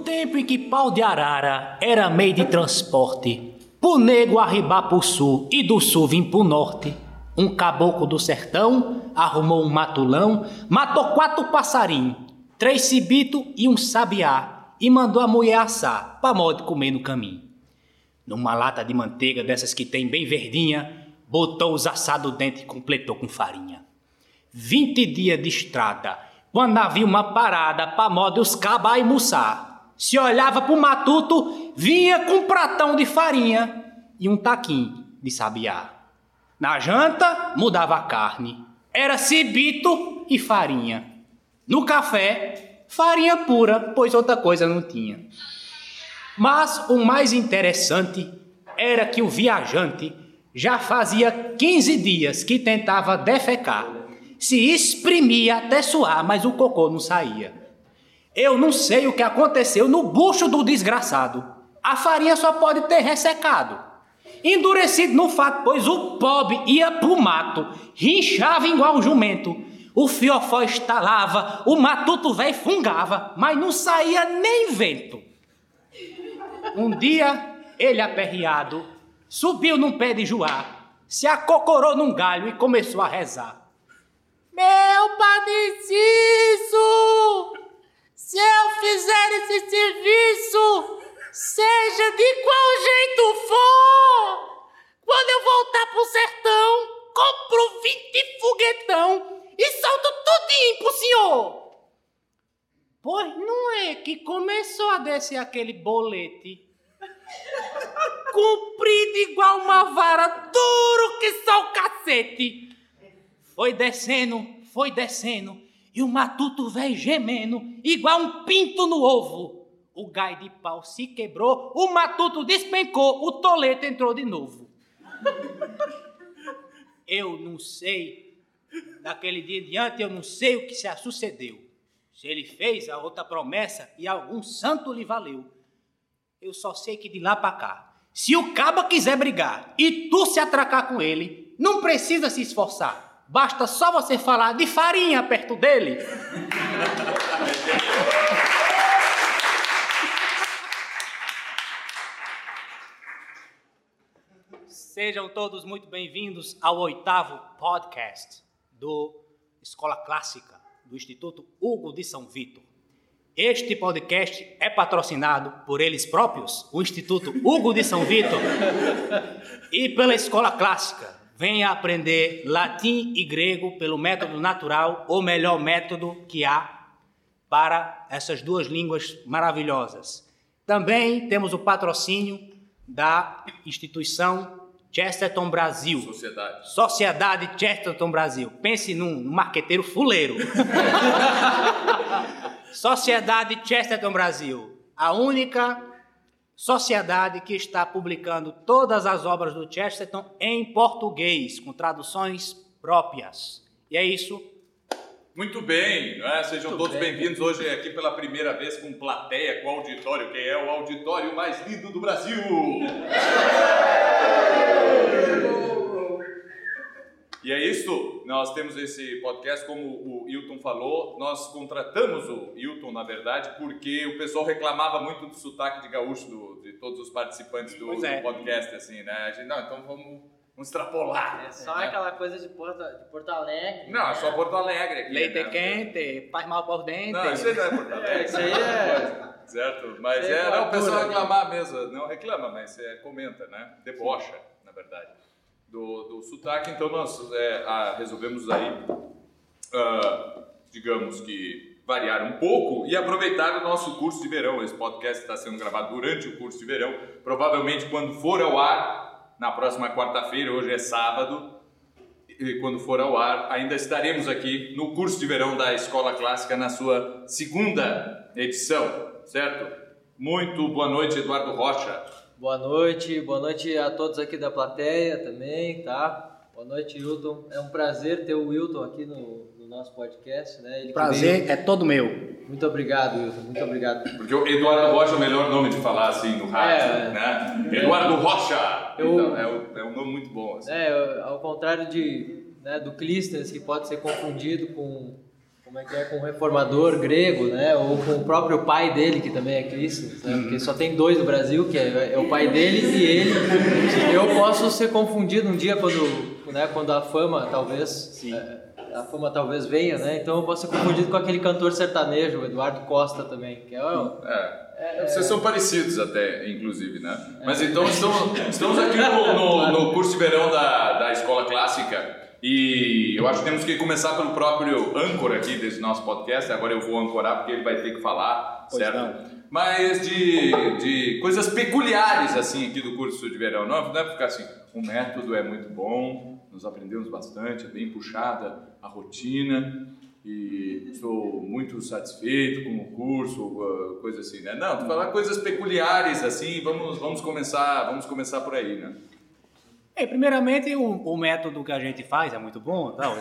tempo em que pau de arara era meio de transporte, pro nego arribar pro sul e do sul vir pro norte, um caboclo do sertão arrumou um matulão, matou 4 passarinhos, 3 cibitos e um sabiá, e mandou a mulher assar, pra modo de comer no caminho. Numa lata de manteiga dessas que tem bem verdinha, botou os assados dentro e completou com farinha. 20 dias de estrada, quando havia uma parada pra modo os cabas almoçar. Se olhava pro matuto, vinha com um pratão de farinha e um taquinho de sabiá. Na janta, mudava a carne. Era cibito e farinha. No café, farinha pura, pois outra coisa não tinha. Mas o mais interessante era que o viajante já fazia 15 dias que tentava defecar. Se exprimia até suar, mas o cocô não saía. Eu não sei o que aconteceu no bucho do desgraçado. A farinha só pode ter ressecado. Endurecido no fato, pois o pobre ia pro mato, rinchava igual um jumento. O fiofó estalava, o matuto velho fungava, mas não saía nem vento. Um dia, ele aperreado, subiu num pé de joá, se acocorou num galho e começou a rezar. Meu Padre Cício, se eu fizer esse serviço, seja de qual jeito for, quando eu voltar pro sertão, compro 20 foguetão e solto tudinho pro senhor. Pois não é que começou a descer aquele bolete, comprido igual uma vara, duro que só o cacete. Foi descendo, e o matuto velho gemendo, igual um pinto no ovo. O gai de pau se quebrou, o matuto despencou, o tolete entrou de novo. Eu não sei, daquele dia em diante eu não sei o que se sucedeu. Se ele fez a outra promessa e algum santo lhe valeu. Eu só sei que de lá pra cá, se o caba quiser brigar e tu se atracar com ele, não precisa se esforçar. Basta só você falar de farinha perto dele. Sejam todos muito bem-vindos ao 8º podcast do Escola Clássica do Instituto Hugo de São Vítor. Este podcast é patrocinado por eles próprios, o Instituto Hugo de São Vítor, e pela Escola Clássica. Venha aprender latim e grego pelo método natural, o melhor método que há para essas duas línguas maravilhosas. Também temos o patrocínio da instituição Chesterton Brasil. Sociedade Chesterton Brasil. Pense num marqueteiro fuleiro. Sociedade Chesterton Brasil. A única sociedade que está publicando todas as obras do Chesterton em português, com traduções próprias. E é isso. Muito bem, sejam todos bem-vindos hoje aqui pela primeira vez com plateia, com auditório, que é o auditório mais lindo do Brasil. E é isso, nós temos esse podcast, como o Hilton falou, nós contratamos o Hilton, na verdade, porque o pessoal reclamava muito do sotaque de gaúcho de todos os participantes do podcast, assim, né? A gente, então vamos extrapolar. É só aquela coisa de Porto Alegre. Não, é só Porto Alegre aqui. Leite quente, faz mal por dentro. Não, isso aí não é Porto Alegre. Isso aí é... Certo, mas o pessoal reclamar mesmo, não reclama, mas comenta, né? Debocha, na verdade. Do sotaque, então nós resolvemos aí, digamos que variar um pouco e aproveitar o nosso curso de verão. Esse podcast está sendo gravado durante o curso de verão, provavelmente quando for ao ar, na próxima quarta-feira, hoje é sábado, e quando for ao ar, ainda estaremos aqui no curso de verão da Escola Clássica na sua segunda edição, certo? Muito boa noite, Eduardo Rocha. Boa noite a todos aqui da plateia também, tá? Boa noite, Hilton. É um prazer ter o Hilton aqui no nosso podcast, né? Ele prazer é todo meu. Muito obrigado, Hilton, muito obrigado. Porque o Eduardo Rocha é o melhor nome de falar assim no rádio, né? Eduardo Rocha! Então, é um nome muito bom. Assim. Ao contrário do Clístenes, que pode ser confundido com como é que é, com o reformador grego, né? Ou com o próprio pai dele, que também é Cristo, né? Porque só tem 2 no Brasil, que é o pai dele e ele. Eu posso ser confundido um dia quando a fama talvez venha, né? Então eu posso ser confundido com aquele cantor sertanejo, o Eduardo Costa também, que vocês são parecidos até, inclusive, né? Mas então estamos aqui no curso de verão da Escola Clássica e eu acho que temos que começar pelo próprio âncora aqui desse nosso podcast. Agora eu vou ancorar porque ele vai ter que falar, pois certo? Não. Mas de coisas peculiares assim aqui do curso de verão. Não é para ficar assim, o método é muito bom, nós aprendemos bastante, é bem puxada a rotina. E estou muito satisfeito com o curso, coisa assim, né? Não, falar coisas peculiares assim, vamos começar por aí, né? Primeiramente, o método que a gente faz é muito bom, tal.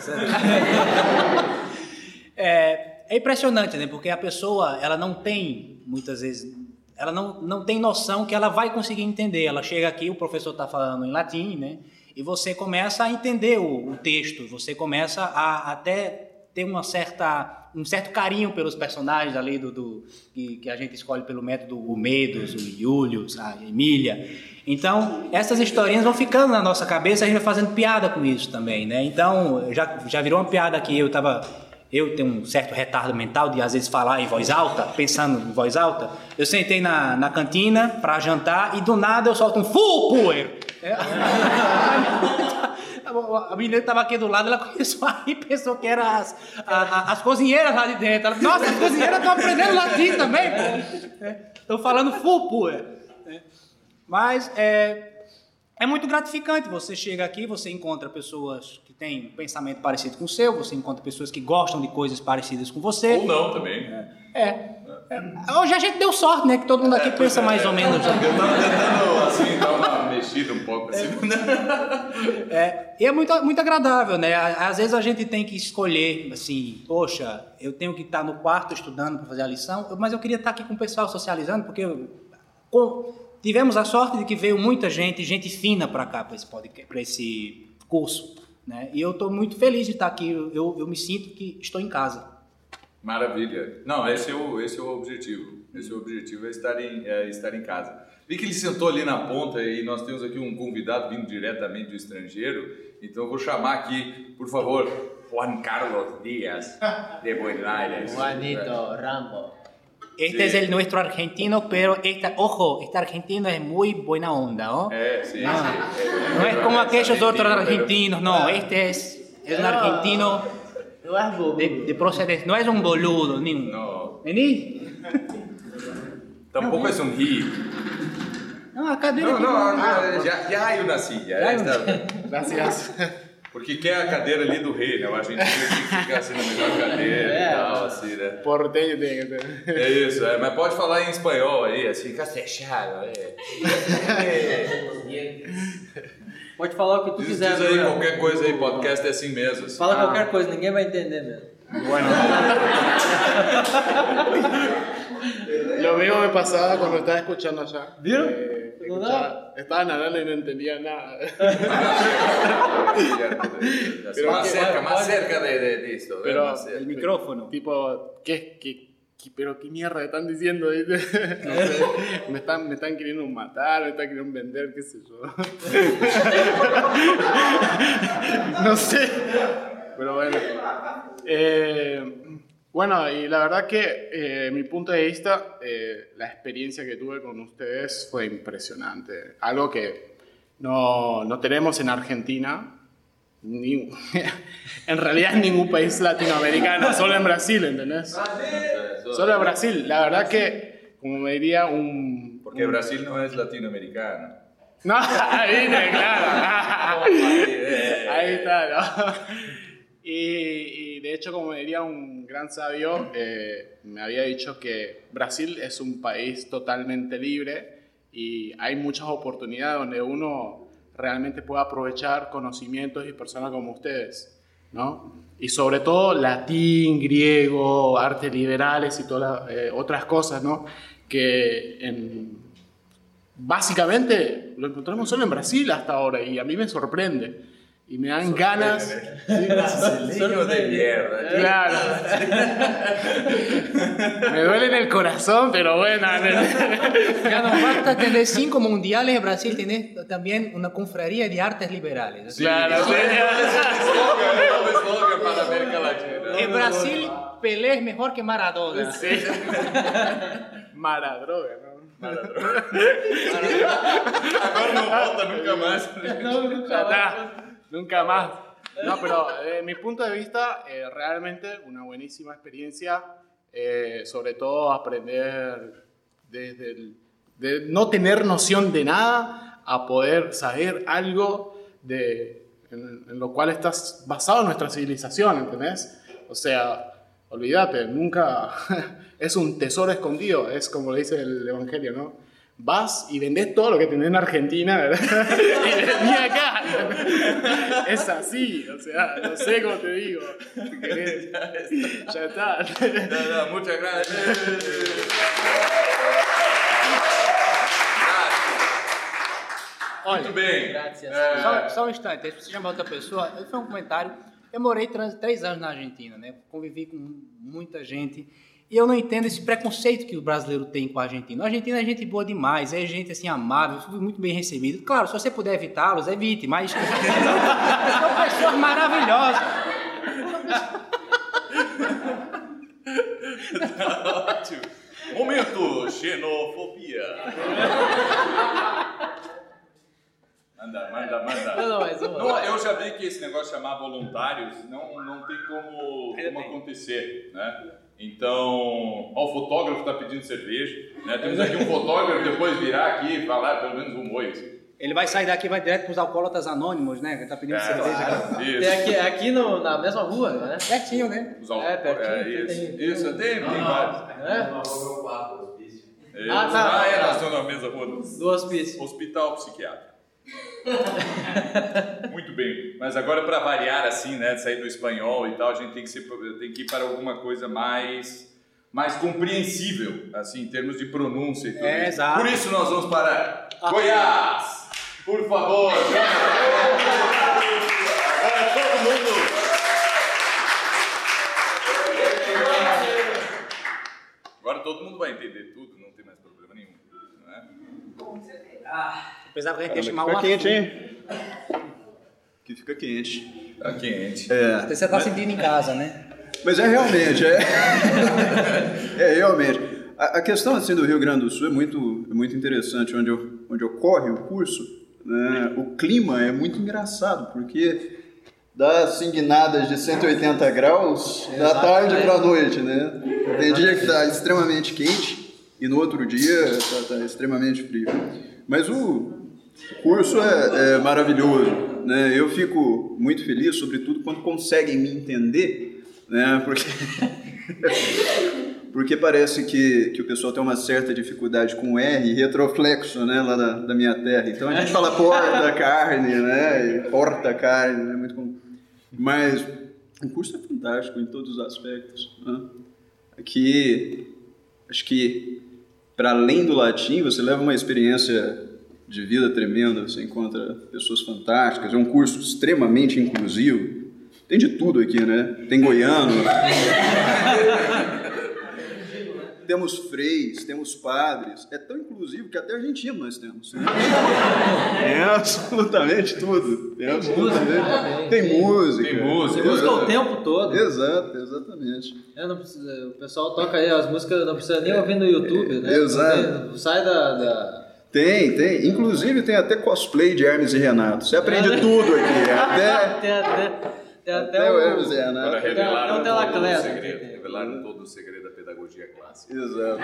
É impressionante, né? Porque a pessoa, ela não tem, muitas vezes, ela não tem noção que ela vai conseguir entender. Ela chega aqui, o professor está falando em latim, né? E você começa a entender o texto, você começa a até ter um certo carinho pelos personagens ali que a gente escolhe pelo método, o Medos, o Julius, a Emília. Então, essas historinhas vão ficando na nossa cabeça, a gente vai fazendo piada com isso também, né? Então, já virou uma piada que eu tenho um certo retardo mental de às vezes falar em voz alta, pensando em voz alta. Eu sentei na cantina para jantar e do nada eu solto um full power. A menina que estava aqui do lado, ela começou a rir, pensou que eram as cozinheiras lá de dentro. Ela, nossa, as cozinheiras estão aprendendo latim também, pô. Estão falando full power. Mas é muito gratificante. Você chega aqui, você encontra pessoas que têm um pensamento parecido com o seu, você encontra pessoas que gostam de coisas parecidas com você. Ou não também. Hoje a gente deu sorte, né? Que todo mundo aqui pensa mais ou menos. Eu estava tentando, assim, dar uma mexida um pouco, assim. E é muito agradável, né? Às vezes a gente tem que escolher, assim, poxa, eu tenho que estar no quarto estudando para fazer a lição, mas eu queria estar aqui com o pessoal socializando, porque tivemos a sorte de que veio muita gente fina para cá, para esse curso, né? E eu estou muito feliz de estar aqui, eu me sinto que estou em casa. Maravilha. Não, esse é o objetivo. Esse é o objetivo, é estar em casa. Vi que ele sentou ali na ponta e nós temos aqui um convidado vindo diretamente do estrangeiro. Então eu vou chamar aqui, por favor, Juan Carlos Díaz de Buenos Aires. Juanito Rambo. Este es el nuestro argentino, pero este argentino es muy buena onda, ¿no? Sí. No es como aquellos otros argentinos, no. Este es un argentino de procedencia. No es un boludo, ni un... No. ¿Vení? Tampoco es un hippie. No, acá já hay una silla. Gracias. Porque quer a cadeira ali do rei, né? O argentino que fica assim na melhor cadeira e tal, assim, né? Porteño tem que ter. É isso, mas pode falar em espanhol aí, assim, castechado, Pode falar o que tu quiser. Diz aí qualquer coisa aí, podcast é assim mesmo. Assim. Fala qualquer coisa, ninguém vai entender mesmo. Bueno. Lo mismo me pasaba cuando estaba escuchando allá. ¿Vieron? Estaba nadando y no entendía nada. Pero más cerca de esto. Pero el micrófono. Tipo, pero qué mierda están diciendo, ¿viste? No sé, me están queriendo matar, me están queriendo vender, qué sé yo. No sé. Pero bueno. Bueno, y la verdad que mi punto de vista, la experiencia que tuve con ustedes fue impresionante. Algo que no tenemos en Argentina, en realidad en ningún país latinoamericano, solo en Brasil, ¿entendés? Solo en Brasil. La verdad que, como me diría Porque Brasil no es latinoamericano. No, ahí claro. Ahí está, ¿no? Y de hecho, como me diría un gran sabio, me había dicho que Brasil es un país totalmente libre y hay muchas oportunidades donde uno realmente puede aprovechar conocimientos y personas como ustedes, ¿no? Y sobre todo latín, griego, artes liberales y todas otras cosas, ¿no? Que básicamente lo encontramos solo en Brasil hasta ahora y a mí me sorprende. y me dan ganas. Brasileño de mierda. Claro. Me duele en el corazón, pero bueno. Ya no basta tener 5 mundiales, Brasil tiene también una confraría de artes liberales. Claro, sí. Eslogan para América Latina. En Brasil, Pelé es mejor que Maradona. Sí. Maradroga, ¿no? Agora não volta nunca mais. Ya está. Nunca más. No, pero desde mi punto de vista, realmente una buenísima experiencia, sobre todo aprender de no tener noción de nada a poder saber algo en lo cual estás basado en nuestra civilización, ¿entendés? O sea, olvídate, nunca es un tesoro escondido, es como le dice el Evangelio, ¿no? Vas y vendés todo lo que tenés en Argentina, ¿verdad? Y vení acá. Es así, o sea, no sé cómo te digo. Ya está. No, muchas gracias. Olha, Muito bem. só um instante, antes de chamar outra pessoa, foi um comentário. Eu morei 3 anos na Argentina, né? Convivi com muita gente. E eu não entendo esse preconceito que o brasileiro tem com o argentino. O argentino é gente boa demais, é gente assim amável, fui muito bem recebido. Claro, se você puder evitá-los, evite, mas são pessoas maravilhosas. Ótimo. Momento xenofobia. Manda. Não, mas Não, eu já vi que esse negócio de chamar voluntários não tem como acontecer, né? Então, ó, o fotógrafo está pedindo cerveja, né? Temos aqui um fotógrafo, depois virar aqui e falar pelo menos um oi. Assim. Ele vai sair daqui e vai direto para os alcoólatras anônimos, né? Que tá pedindo cerveja. Claro, tem aqui na mesma rua, né? Pertinho, né? Pertinho. Isso, tem vários. Nós estamos na mesma rua do hospício. Hospital Psiquiátrico. Muito bem, mas agora para variar assim, né, sair do espanhol e tal, a gente tem que ir para alguma coisa mais compreensível, assim, em termos de pronúncia e tudo. Exato. Por isso nós vamos para Goiás, por favor. Agora todo mundo. Agora todo mundo vai entender tudo, não tem mais problema nenhum, não é? Apesar que a gente tem que chamar fica uma... quente, hein? Que fica quente. Tá quente. Você tá sentindo em casa, né? Mas é realmente, é realmente. A questão assim do Rio Grande do Sul é muito interessante, onde ocorre o curso, né? O clima é muito engraçado, porque dá assim guinadas de 180 graus da tarde para a noite, né? Tem dia que está extremamente quente e no outro dia está extremamente frio. Mas o curso é maravilhoso, né? Eu fico muito feliz, sobretudo quando conseguem me entender, né? Porque parece que o pessoal tem uma certa dificuldade com o R retroflexo, né? Lá da minha terra. Então a gente fala porta-carne, né? Porta-carne, né? Muito comum. Mas o curso é fantástico em todos os aspectos, né? Aqui, acho que para além do latim, você leva uma experiência de vida tremenda, você encontra pessoas fantásticas, é um curso extremamente inclusivo, tem de tudo aqui, né? Tem goiano, temos freis, temos padres, é tão inclusivo que até argentino nós temos, né? Tem absolutamente tudo. Tem música. Tem música o tempo todo. Exato, exatamente. O pessoal toca aí as músicas, não precisa nem ouvir no YouTube, né? Exato. Sai da... Tem. Inclusive tem até cosplay de Hermes e Renato. Você aprende tudo aqui. Tem até o Hermes e Renato. Para revelaram revelaram todo o segredo da pedagogia clássica. Exato.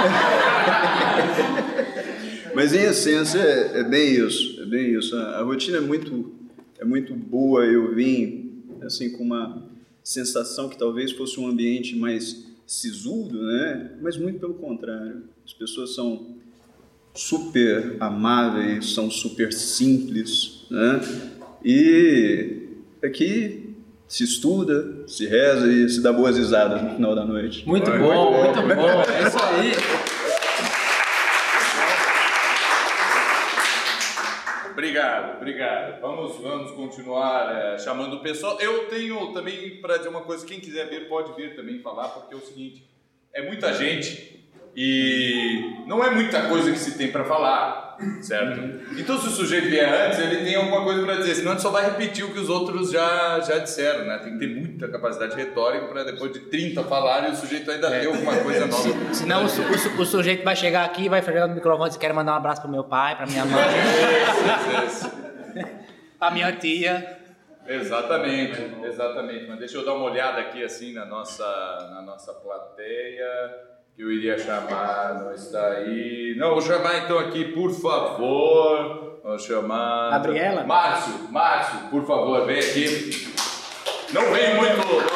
Mas em essência é bem isso. A rotina é muito boa. Eu vim assim com uma sensação que talvez fosse um ambiente mais sisudo, né? Mas muito pelo contrário. As pessoas são super amáveis, são super simples, né? E aqui se estuda, se reza e se dá boas risadas no final da noite. Muito bom. É isso aí. Obrigado. Vamos continuar chamando o pessoal. Eu tenho também para dizer uma coisa, quem quiser vir pode vir também falar, porque é o seguinte, é muita gente e não é muita coisa que se tem para falar, certo? Então se o sujeito vier antes, ele tem alguma coisa para dizer, senão ele só vai repetir o que os outros já disseram, né? Tem que ter muita capacidade retórica para depois de 30 falarem o sujeito ainda ter alguma coisa nova. Senão o sujeito vai chegar aqui, vai fregar no microfone e dizer, quero mandar um abraço pro meu pai, pra minha mãe, pra minha tia. Exatamente. Mas deixa eu dar uma olhada aqui assim na nossa plateia. Que eu iria chamar, não está aí. Não, vou chamar então aqui, por favor. Vou chamar. Gabriela? Márcio, por favor, vem aqui. Não vem muito.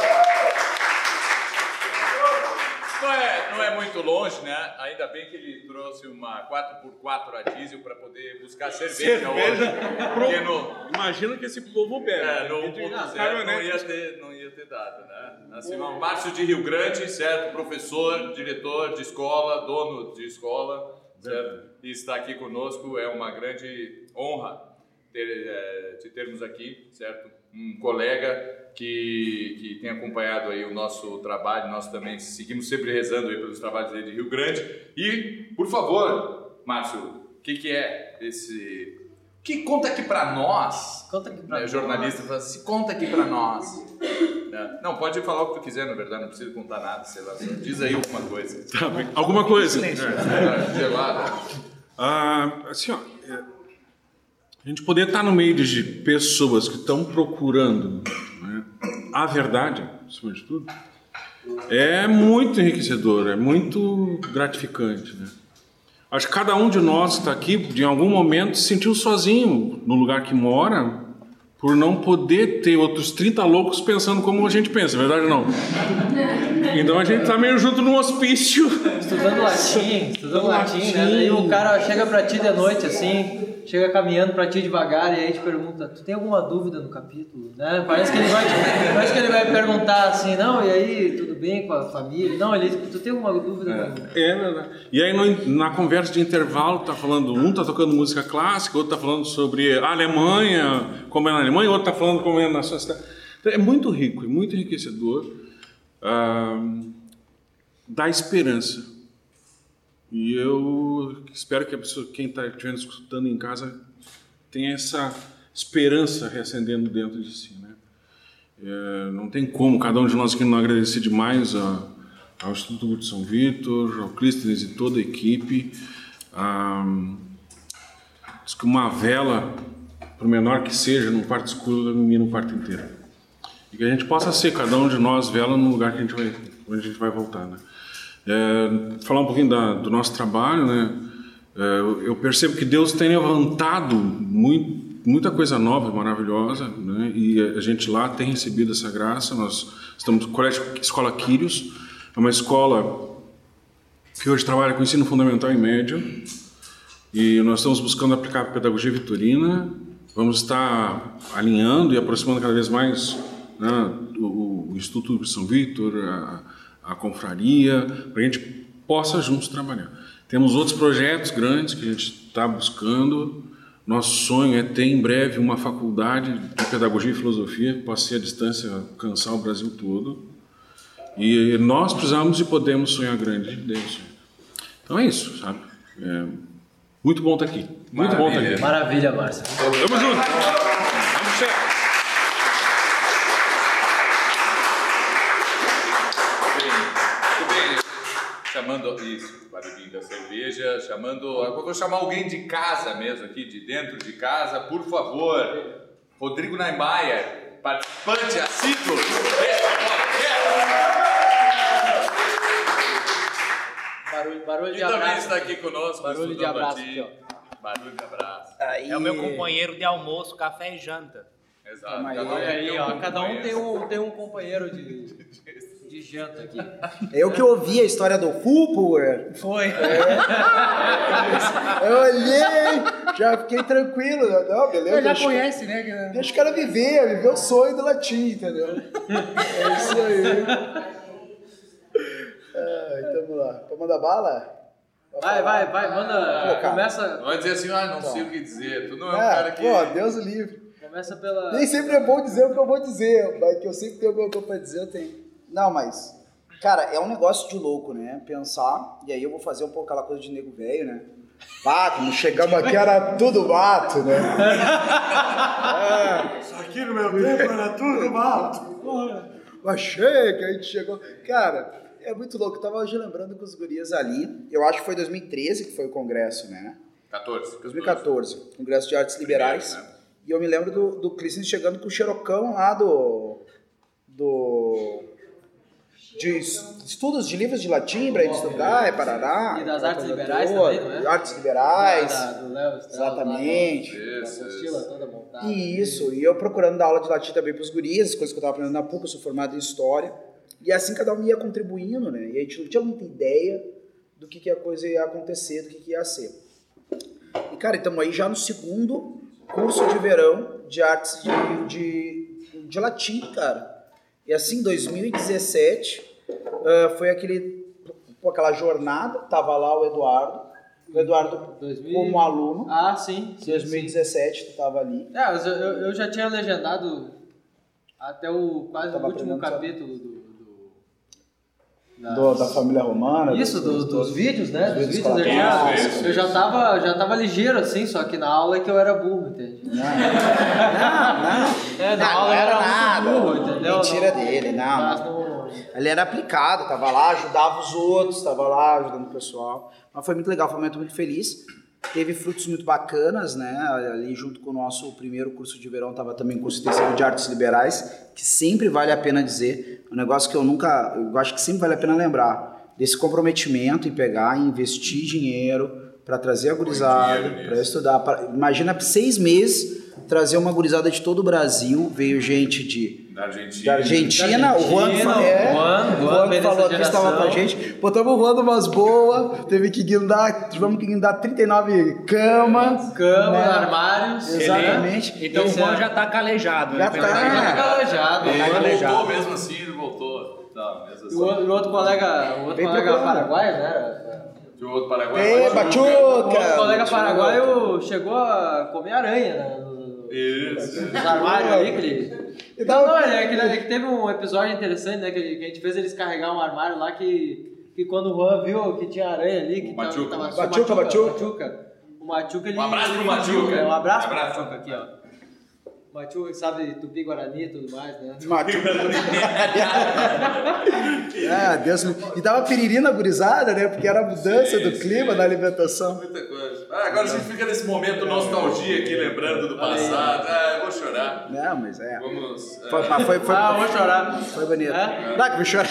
Não é muito longe, né? Ainda bem que ele trouxe uma 4x4 a diesel para poder buscar cerveja hoje. Imagina que esse povo bebe. No 1.0 não ia ter dado, né? Assim, Márcio de Rio Grande, certo? Professor, diretor de escola, dono de escola, certo? E está aqui conosco, é uma grande honra te termos aqui, certo? Um colega que tem acompanhado aí o nosso trabalho, nós também seguimos sempre rezando aí pelos trabalhos aí de Rio Grande. E, por favor, Márcio, o que é esse... Que conta aqui pra nós, jornalista, fala assim, conta aqui pra nós. Não, pode falar o que tu quiser, na verdade, não precisa contar nada, sei lá, diz aí alguma coisa. Tá bem. Alguma coisa? Gelada. Assim, ó, a gente poder estar no meio de pessoas que estão procurando, né, a verdade, acima de tudo, é muito enriquecedor, é muito gratificante, né? Acho que cada um de nós que está aqui, em algum momento, se sentiu sozinho no lugar que mora, por não poder ter outros 30 loucos pensando como a gente pensa, verdade ou não? Então a gente está meio junto num hospício. Estudando latim, né? Daí o cara chega pra ti de noite, assim, chega caminhando pra ti devagar e aí te pergunta, tu tem alguma dúvida no capítulo? Né? Parece que ele vai perguntar assim, não, e aí, tudo bem com a família? Não, tu tem alguma dúvida? É verdade. E aí na conversa de intervalo, um tá tocando música clássica, outro tá falando sobre a Alemanha, como é na Alemanha, outro tá falando como é na sua cidade. Então, é muito rico, é muito enriquecedor, dá esperança. E eu espero que a pessoa, quem está estiver escutando em casa, tenha essa esperança reacendendo dentro de si, né? Não tem como cada um de nós aqui não agradecer demais ao Instituto de São Vítor, ao Clístenes e toda a equipe. Diz que uma vela, por menor que seja, num quarto escuro, ilumina o quarto inteiro. E que a gente possa ser, cada um de nós, vela no lugar que onde a gente vai voltar, né? Falar um pouquinho do nosso trabalho, né? Eu percebo que Deus tem levantado muita coisa nova e maravilhosa, né? E a gente lá tem recebido essa graça. Nós estamos no Escola Quírios, é uma escola que hoje trabalha com ensino fundamental e médio, e nós estamos buscando aplicar a pedagogia vitorina. Vamos estar alinhando e aproximando cada vez mais, né, o Instituto de São Vítor, a confraria, para a gente possa juntos trabalhar. Temos outros projetos grandes que a gente está buscando. Nosso sonho é ter em breve uma faculdade de pedagogia e filosofia que possa ser à distância, alcançar o Brasil todo. E nós precisamos e podemos sonhar grande de Deus. Então é isso, sabe? Muito bom estar aqui. Muito bom estar aqui. Maravilha, Márcio. Tamo junto. Vamos ser. Chamando isso, barulhinho da cerveja, agora vou chamar alguém de casa mesmo aqui, de dentro de casa, por favor, Rodrigo Naimayer, participante assíduo desse podcast. Barulho de e abraço. Também está aqui conosco. Barulho de abraço aqui, ó. Barulho de abraço. Aí. É o meu companheiro de almoço, café e janta. Exato. Olha aí, ó, cada um tem um companheiro de janta aqui. Eu que ouvi a história do Fulpower. Foi. Eu olhei, já fiquei tranquilo. Não, beleza. Já conhece, né? Deixa o cara viver o sonho do latim, entendeu? É isso aí. Então vamos lá. Pra mandar bala? Vai, manda. Pô, Começa. Vai dizer assim, não sei o que dizer. Tu não é um cara que... Pô, Deus o livre. Começa pela. Nem sempre é bom dizer o que eu vou dizer, mas que eu sempre tenho alguma coisa pra dizer, eu tenho. Não, mas, cara, é um negócio de louco, né? Pensar, e aí eu vou fazer um pouco aquela coisa de nego velho, né? Ah, quando chegamos aqui era tudo mato, né? Isso aqui no meu tempo era tudo mato. Mas chega, a gente chegou. Cara, é muito louco. Eu tava hoje lembrando com os gurias ali. Eu acho que foi 2013 que foi o congresso, né? 2014. Congresso de Artes Liberais. Primeiro, né? E eu me lembro do Clístenes chegando com o xerocão lá de estudos de livros de latim pra gente estudar, parará. E das artes liberais também, não é? Artes liberais. Do Léo Strauss, Exatamente. da apostila toda montada. Isso, e eu procurando dar aula de latim também pros gurias, as coisas que eu tava aprendendo na PUC, eu sou formado em História. E assim cada um ia contribuindo, né? E a gente não tinha muita ideia do que a coisa ia acontecer, do que ia ser. E, cara, estamos aí já no segundo curso de verão de artes de latim, cara. E assim, 2017, foi aquela jornada, tava lá o Eduardo como aluno. Ah, sim. 2017, tu tava ali. Eu já tinha legendado até quase o último capítulo da família romana. Isso, dos vídeos, né? Dos vídeos colaterais. eu já tava ligeiro, assim, só que na aula é que eu era burro, entende? Não. Na aula eu era nada. muito burro, entendeu? Mentira dele, não. Ele era aplicado, tava lá, ajudava os outros, tava lá ajudando o pessoal. Mas foi muito legal, foi um momento muito feliz. Teve frutos muito bacanas, né? Ali junto com o nosso primeiro curso de verão tava também o curso intensivo de artes liberais, que sempre vale a pena dizer, um negócio que eu acho que sempre vale a pena lembrar, desse comprometimento em pegar e investir dinheiro para trazer a gurizada, para estudar. Imagina 6 meses trazer uma gurizada de todo o Brasil, veio gente da Argentina, o Juan falou que estava com a gente, botamos o Juan umas boas, tivemos que guindar 39 camas, né? Armários. Exatamente. Então o Juan já tá calejado. Já né? tá calejado. Ele voltou mesmo assim, ele voltou. Não, mesmo assim. O outro colega paraguaio, né? O outro paraguaio. O outro colega paraguaio chegou a comer aranha, né? Nos armários ali que ele... É que teve um episódio interessante, né? Que a gente fez eles carregar um armário lá que quando o Juan viu que tinha aranha ali, que Machuca. O Machuca, ele... Um abraço pro Machuca. Um abraço pro Machuca aqui, ó. O Machuca que sabe Tupi Guarani e tudo mais, né? Deus. E dava piriri na gurizada, né? Porque era a mudança do clima, da alimentação. Muita coisa. Agora a gente fica nesse momento nostalgia aqui, lembrando do passado. Eu vou chorar. Não, mas é. Vamos... Vou chorar. Foi bonito. Não, que vou chorar.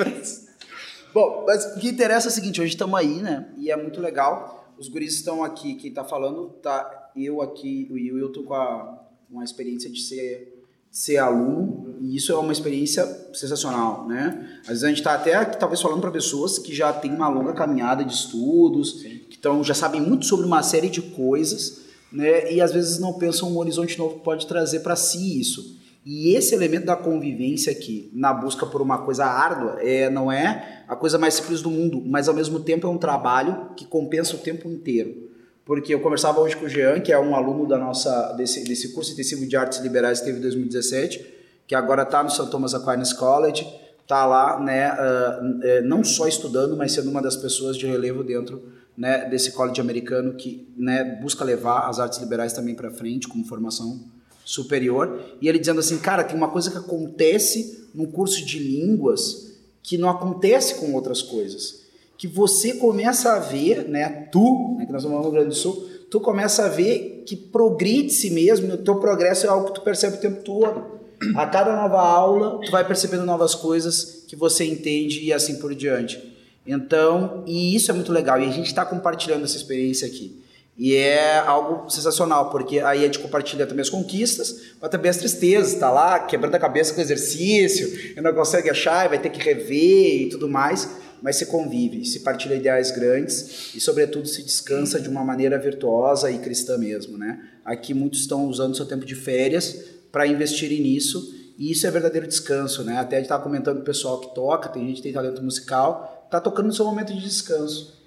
Bom, mas o que interessa é o seguinte, hoje estamos aí, né? E é muito legal. Os guris estão aqui, quem tá falando, tá eu aqui, e o Wilton com uma experiência de ser aluno, e isso é uma experiência sensacional, né? Às vezes a gente está até aqui, talvez falando para pessoas que já têm uma longa caminhada de estudos, que já sabem muito sobre uma série de coisas, né? E às vezes não pensam um horizonte novo que pode trazer para si isso. E esse elemento da convivência aqui, na busca por uma coisa árdua, não é a coisa mais simples do mundo, mas ao mesmo tempo é um trabalho que compensa o tempo inteiro. Porque eu conversava hoje com o Jean, que é um aluno desse curso intensivo de artes liberais que teve em 2017, que agora está no St. Thomas Aquinas College, está lá, né, não só estudando, mas sendo uma das pessoas de relevo dentro, né, desse college americano que, né, busca levar as artes liberais também para frente como formação superior. E ele dizendo assim, cara, tem uma coisa que acontece num curso de línguas que não acontece com outras coisas. Que você começa a ver, né, que nós estamos no Rio Grande do Sul, tu começa a ver que progride-se mesmo, o teu progresso é algo que tu percebe o tempo todo. A cada nova aula, tu vai percebendo novas coisas que você entende e assim por diante. Então, e isso é muito legal, e a gente está compartilhando essa experiência aqui. E é algo sensacional, porque aí a gente compartilha também as conquistas, mas também as tristezas, tá lá quebrando a cabeça com o exercício, e não consegue achar, e vai ter que rever e tudo mais, mas se convive, se partilha ideais grandes e, sobretudo, se descansa de uma maneira virtuosa e cristã mesmo, né? Aqui muitos estão usando seu tempo de férias para investirem nisso, e isso é verdadeiro descanso, né? Até a gente estava comentando com o pessoal que toca, tem gente que tem talento musical, tá tocando no seu momento de descanso.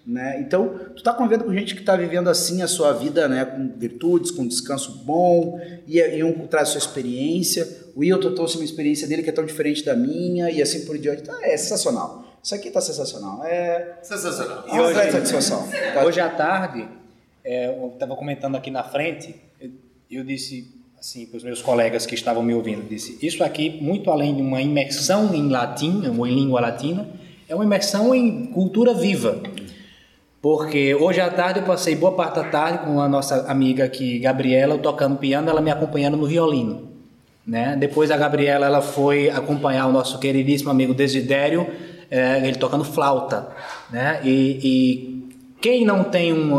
né? Então, tu tá convivendo com gente que tá vivendo assim a sua vida, né? Com virtudes, com descanso bom, e um traz sua experiência. O Wilton trouxe uma experiência dele que é tão diferente da minha, e assim por diante. Então, é sensacional. Isso aqui tá sensacional. Sensacional. E hoje, satisfação. Hoje à tarde, eu estava comentando aqui na frente, eu disse assim para os meus colegas que estavam me ouvindo, disse, isso aqui, muito além de uma imersão em latim, ou em língua latina, é uma imersão em cultura viva. Porque hoje à tarde eu passei boa parte da tarde com a nossa amiga aqui, Gabriela, tocando piano, ela me acompanhando no violino. Né? Depois a Gabriela ela foi acompanhar o nosso queridíssimo amigo Desidério, ele tocando flauta. Né? E quem não tem um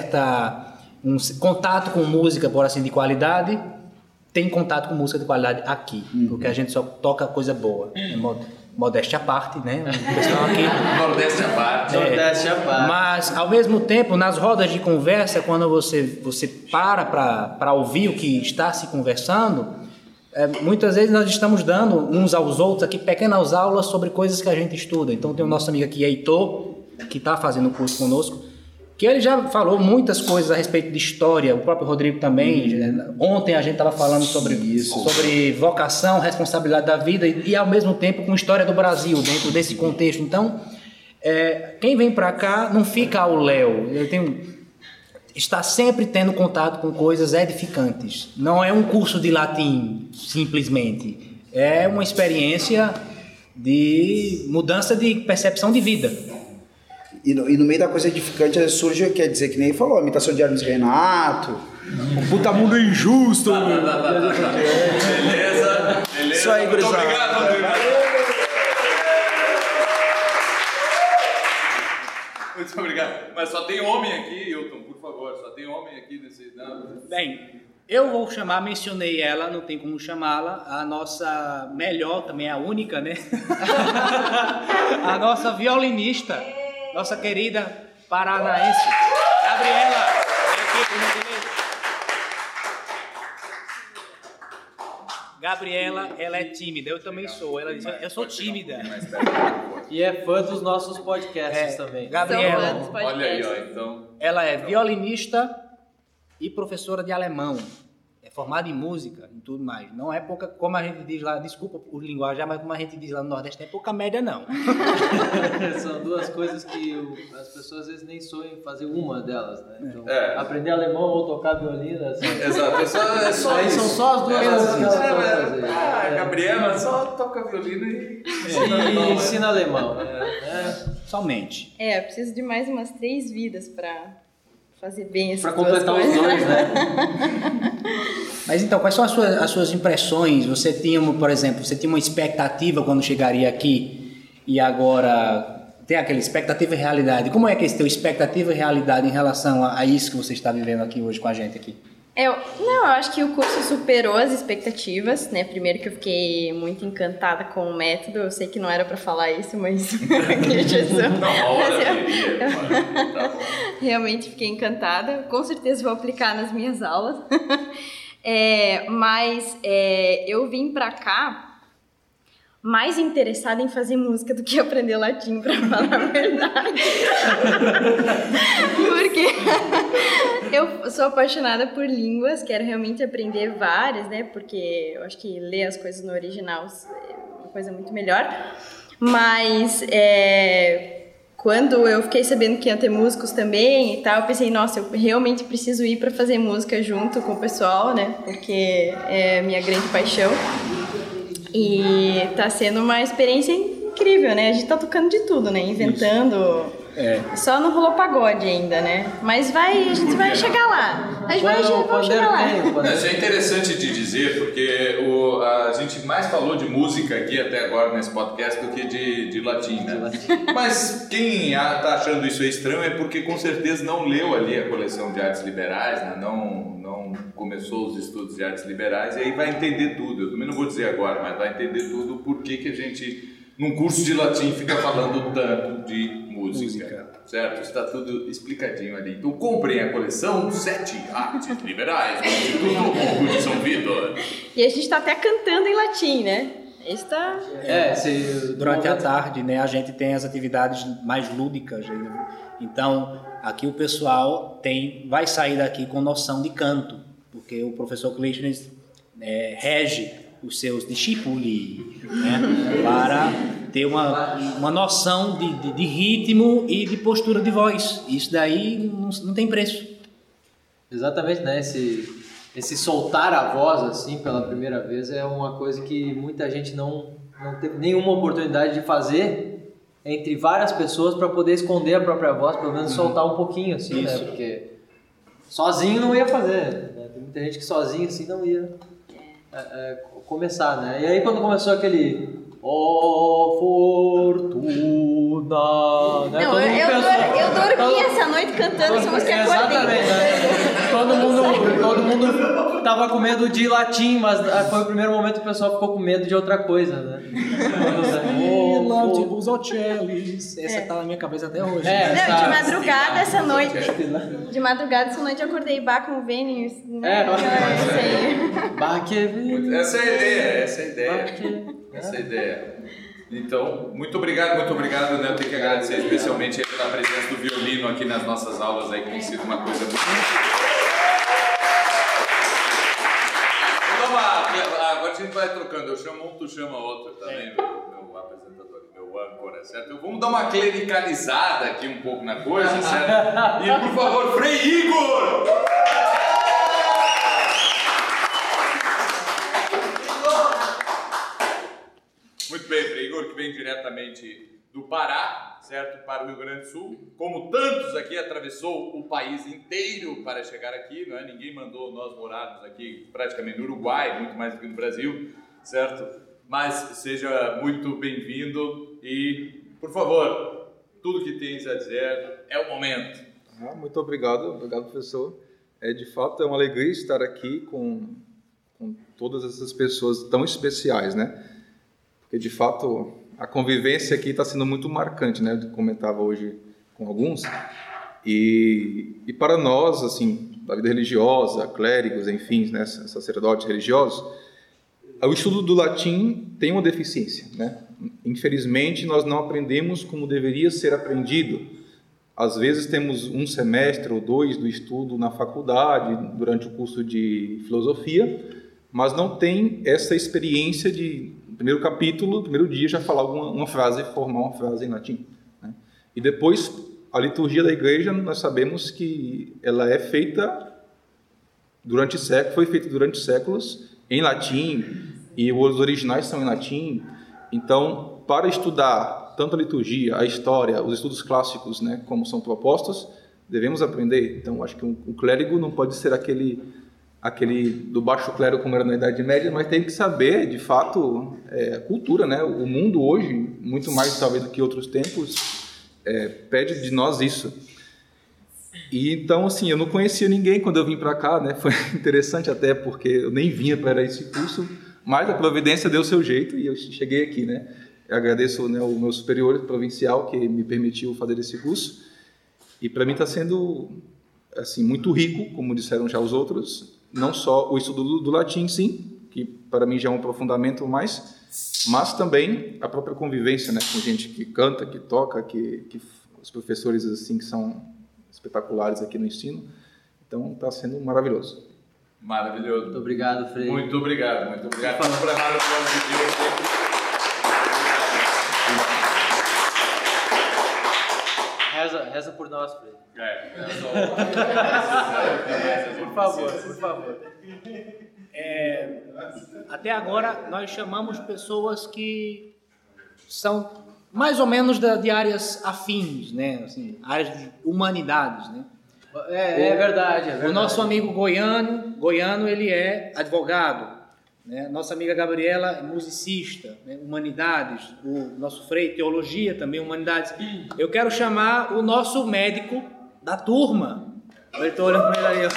contato com música, por assim, de qualidade, tem contato com música de qualidade aqui, porque a gente só toca coisa boa. Modéstia à parte, né? O pessoal aqui. Modéstia à parte. Modéstia à parte. Mas, ao mesmo tempo, nas rodas de conversa, quando você para ouvir o que está se conversando, muitas vezes nós estamos dando uns aos outros aqui pequenas aulas sobre coisas que a gente estuda. Então, tem o nosso amigo aqui, Heitor, que está fazendo o curso conosco, que ele já falou muitas coisas a respeito de história, o próprio Rodrigo também. Ontem a gente estava falando sobre isso, sobre vocação, responsabilidade da vida e ao mesmo tempo com história do Brasil dentro desse contexto. Então, quem vem para cá não fica ao léu. Está sempre tendo contato com coisas edificantes. Não é um curso de latim, simplesmente. É uma experiência de mudança de percepção de vida. E no meio da coisa edificante surge, quer dizer, que nem ele falou, a imitação de Hermes e Renato, o puta mundo injusto. Beleza. Isso aí, Muito gurizada. obrigado, Rodrigo. Muito obrigado. Mas só tem homem aqui, Hilton, por favor. Só tem homem aqui nesse... Não. Bem, eu vou mencionei ela, não tem como chamá-la, a nossa melhor, também a única, né? A nossa violinista. Nossa querida paranaense, Gabriela, vem aqui, por gentileza. Gabriela, ela é tímida, eu também sou. Ela diz, eu sou tímida. E é fã dos nossos podcasts também. Gabriela, Olha aí, ó, então. ela é violinista e professora de alemão. É formada em música e tudo mais. Não é pouca, como a gente diz lá, desculpa o linguajar, mas como a gente diz lá no Nordeste, não é pouca média, não. São duas coisas que as pessoas às vezes nem sonham em fazer uma delas, né? Então, aprender alemão ou tocar violino, assim. Exato, é só Aí isso. são só as duas coisas que elas estão fazendo. A Gabriela só toca violino e ensina alemão. Somente. Eu preciso de mais umas 3 vidas para fazer bem essas Pra duas completar os coisas. dois, né? Mas então, quais são as suas impressões? Você tinha, por exemplo, uma expectativa quando chegaria aqui e agora tem aquela expectativa e realidade. Como é que é esse teu expectativa e realidade em relação a isso que você está vivendo aqui hoje com a gente aqui? Eu acho que o curso superou as expectativas, né? Primeiro que eu fiquei muito encantada com o método. Eu sei que não era pra falar isso, mas realmente fiquei encantada. Com certeza vou aplicar nas minhas aulas. Mas eu vim pra cá mais interessada em fazer música do que aprender latim, pra falar a verdade. Porque eu sou apaixonada por línguas, quero realmente aprender várias, né? Porque eu acho que ler as coisas no original é uma coisa muito melhor. Mas quando eu fiquei sabendo que ia ter músicos também e tal, eu pensei, nossa, eu realmente preciso ir para fazer música junto com o pessoal, né? Porque é a minha grande paixão. E tá sendo uma experiência incrível, né? A gente tá tocando de tudo, né? Inventando. Só não rolou pagode ainda, né? Mas a gente vai chegar lá. A gente vai chegar lá. Isso é interessante de dizer, porque a gente mais falou de música aqui até agora nesse podcast do que de latim, né? Mas quem tá achando isso estranho é porque com certeza não leu ali a coleção de artes liberais, né? Não começou os estudos de artes liberais e aí vai entender tudo. Eu também não vou dizer agora, mas vai entender tudo por que a gente, num curso de latim, fica falando tanto de música. Certo? Está tudo explicadinho ali. Então comprem a coleção 7 Artes Liberais do Instituto Hugo de São Vitor. E a gente está até cantando em latim, né? Está... Durante a tarde, né, a gente tem as atividades mais lúdicas Então, aqui o pessoal vai sair daqui com noção de canto, porque o professor Clístenes rege os seus discípulos, né, para ter uma noção de ritmo e de postura de voz. Isso daí não tem preço. Exatamente, né? Esse soltar a voz assim pela primeira vez é uma coisa que muita gente não teve nenhuma oportunidade de fazer entre várias pessoas para poder esconder a própria voz, pelo menos soltar um pouquinho assim, né? Porque sozinho não ia fazer, né? Tem muita gente que sozinho assim não ia começar, né? E aí quando começou aquele fortuna, né? Não, eu dormi essa noite cantando essa música e acordei. Exatamente, né? Todo mundo tava com medo de latim, mas foi o primeiro momento que o pessoal ficou com medo de outra coisa, né? Os Ocellis. Essa tá na minha cabeça até hoje. De madrugada essa noite. De madrugada essa noite eu acordei com o Vênus. Né? Essa é a ideia. Então, muito obrigado, né? Eu tenho que agradecer especialmente pela presença do violino aqui nas nossas aulas aí, que tem sido uma coisa muito... Agora a gente vai trocando, eu chamo um, tu chama outro também, meu apresentador, meu âncora, certo? Vamos dar uma clericalizada aqui um pouco na coisa, certo? E por favor, Frei Igor! Muito bem, Frei Igor, que vem diretamente do Pará, certo? Para o Rio Grande do Sul. Como tantos aqui, atravessou o país inteiro para chegar aqui, não é? Ninguém mandou nós morarmos aqui praticamente no Uruguai, muito mais do que no Brasil, certo? Mas seja muito bem-vindo e, por favor, tudo que tens a dizer é o momento. Muito obrigado, professor. De fato, é uma alegria estar aqui com todas essas pessoas tão especiais, né? Porque, de fato, a convivência aqui está sendo muito marcante, né? Eu comentava hoje com alguns. E para nós, assim, da vida religiosa, clérigos, enfim, né, sacerdotes religiosos, o estudo do latim tem uma deficiência, né? Infelizmente, nós não aprendemos como deveria ser aprendido. Às vezes temos um semestre ou dois do estudo na faculdade, durante o curso de filosofia, mas não tem essa experiência de, no primeiro capítulo, no primeiro dia, já falar uma frase, formar uma frase em latim, né? E depois, a liturgia da igreja, nós sabemos que ela é feita durante séculos, foi feita durante séculos em latim, e os originais são em latim. Então, para estudar tanto a liturgia, a história, os estudos clássicos, né, como são propostos, devemos aprender. Então, acho que o clérigo não pode ser aquele do baixo clero como era na Idade Média, mas tem que saber, de fato, a cultura, né? O mundo hoje, muito mais talvez do que outros tempos, pede de nós isso. E então, assim, eu não conhecia ninguém quando eu vim para cá, né? Foi interessante até porque eu nem vinha para esse curso, mas a providência deu o seu jeito e eu cheguei aqui, né? Eu agradeço, né, o meu superior provincial que me permitiu fazer esse curso. E para mim está sendo, assim, muito rico, como disseram já os outros, não só o estudo do latim, sim, que para mim já é um aprofundamento mais, mas também a própria convivência, né, com gente que canta, que toca, que os professores assim que são espetaculares aqui no ensino. Então está sendo maravilhoso. Maravilhoso. Muito obrigado, Frei. Muito obrigado, muito obrigado. Vamos para nada de Deus sempre. Reza por nós, Frei. Por favor. Até agora, nós chamamos pessoas que são mais ou menos de áreas afins, né? Assim, áreas de humanidades, né? É verdade. O nosso amigo Goiano, ele é advogado, né? Nossa amiga Gabriela é musicista, né? Humanidades. O nosso Frei, teologia também, humanidades. Eu quero chamar o nosso médico da turma. Eu estou olhando para ele ali.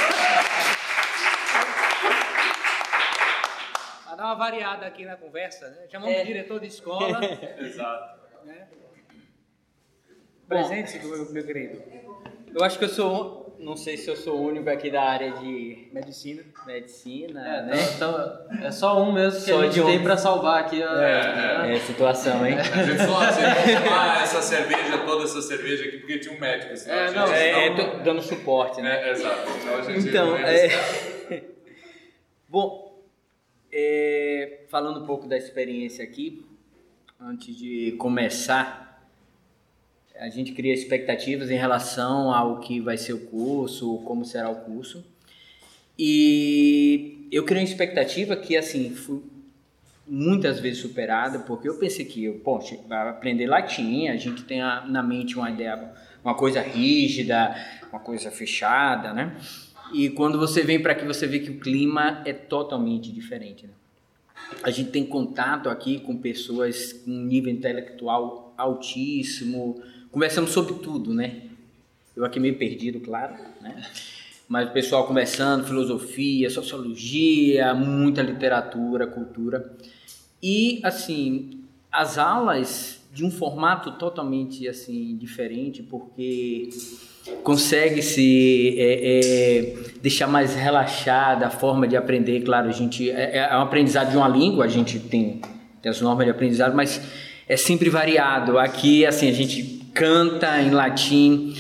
Para dar uma variada aqui na conversa, né? Chamamos o diretor de escola. Exato. Né? Presente, meu querido. Eu acho que eu sou não sei se eu sou o único aqui da área de Medicina. né? Então, é só um mesmo que Só a gente de um. tem pra salvar aqui. É situação, hein? A gente falou assim, vamos tomar toda essa cerveja aqui, porque tinha um médico. Senão Tô dando suporte, né? Exato. Então, a gente Então, não ia bom, falando um pouco da experiência aqui, antes de começar, a gente cria expectativas em relação ao que vai ser o curso, como será o curso. E eu criei uma expectativa que, assim, foi muitas vezes superada, porque eu pensei que, poxa, vai aprender latim, a gente tem na mente uma ideia, uma coisa rígida, uma coisa fechada, né? E quando você vem para aqui, você vê que o clima é totalmente diferente, né? A gente tem contato aqui com pessoas com um nível intelectual altíssimo, conversamos sobre tudo, né? Eu aqui meio perdido, claro, né? Mas o pessoal conversando, filosofia, sociologia, muita literatura, cultura. E, assim, as aulas de um formato totalmente, assim, diferente, porque consegue-se deixar mais relaxada a forma de aprender. Claro, a gente é um aprendizado de uma língua, a gente tem as normas de aprendizado, mas é sempre variado. Aqui, assim, a gente canta em latim,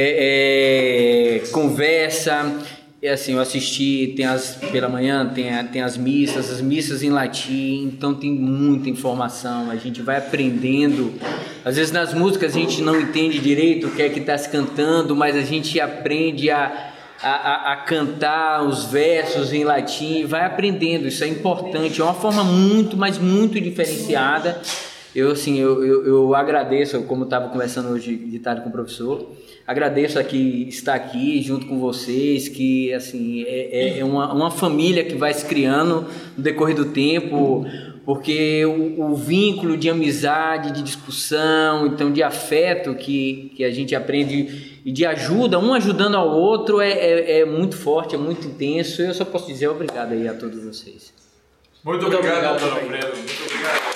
conversa, assim, eu assisti, pela manhã tem as missas em latim, então tem muita informação, a gente vai aprendendo. Às vezes nas músicas a gente não entende direito o que é que está se cantando, mas a gente aprende a cantar os versos em latim, vai aprendendo, isso é importante, é uma forma muito, mas muito diferenciada. Eu agradeço, como eu estava conversando hoje de tarde com o professor, agradeço estar aqui junto com vocês, que assim, é uma família que vai se criando no decorrer do tempo, porque o vínculo de amizade, de discussão, então de afeto que a gente aprende e de ajuda, um ajudando ao outro, é muito forte, é muito intenso. Eu só posso dizer obrigado aí a todos vocês. Muito obrigado, doutor Alfredo. Muito obrigado.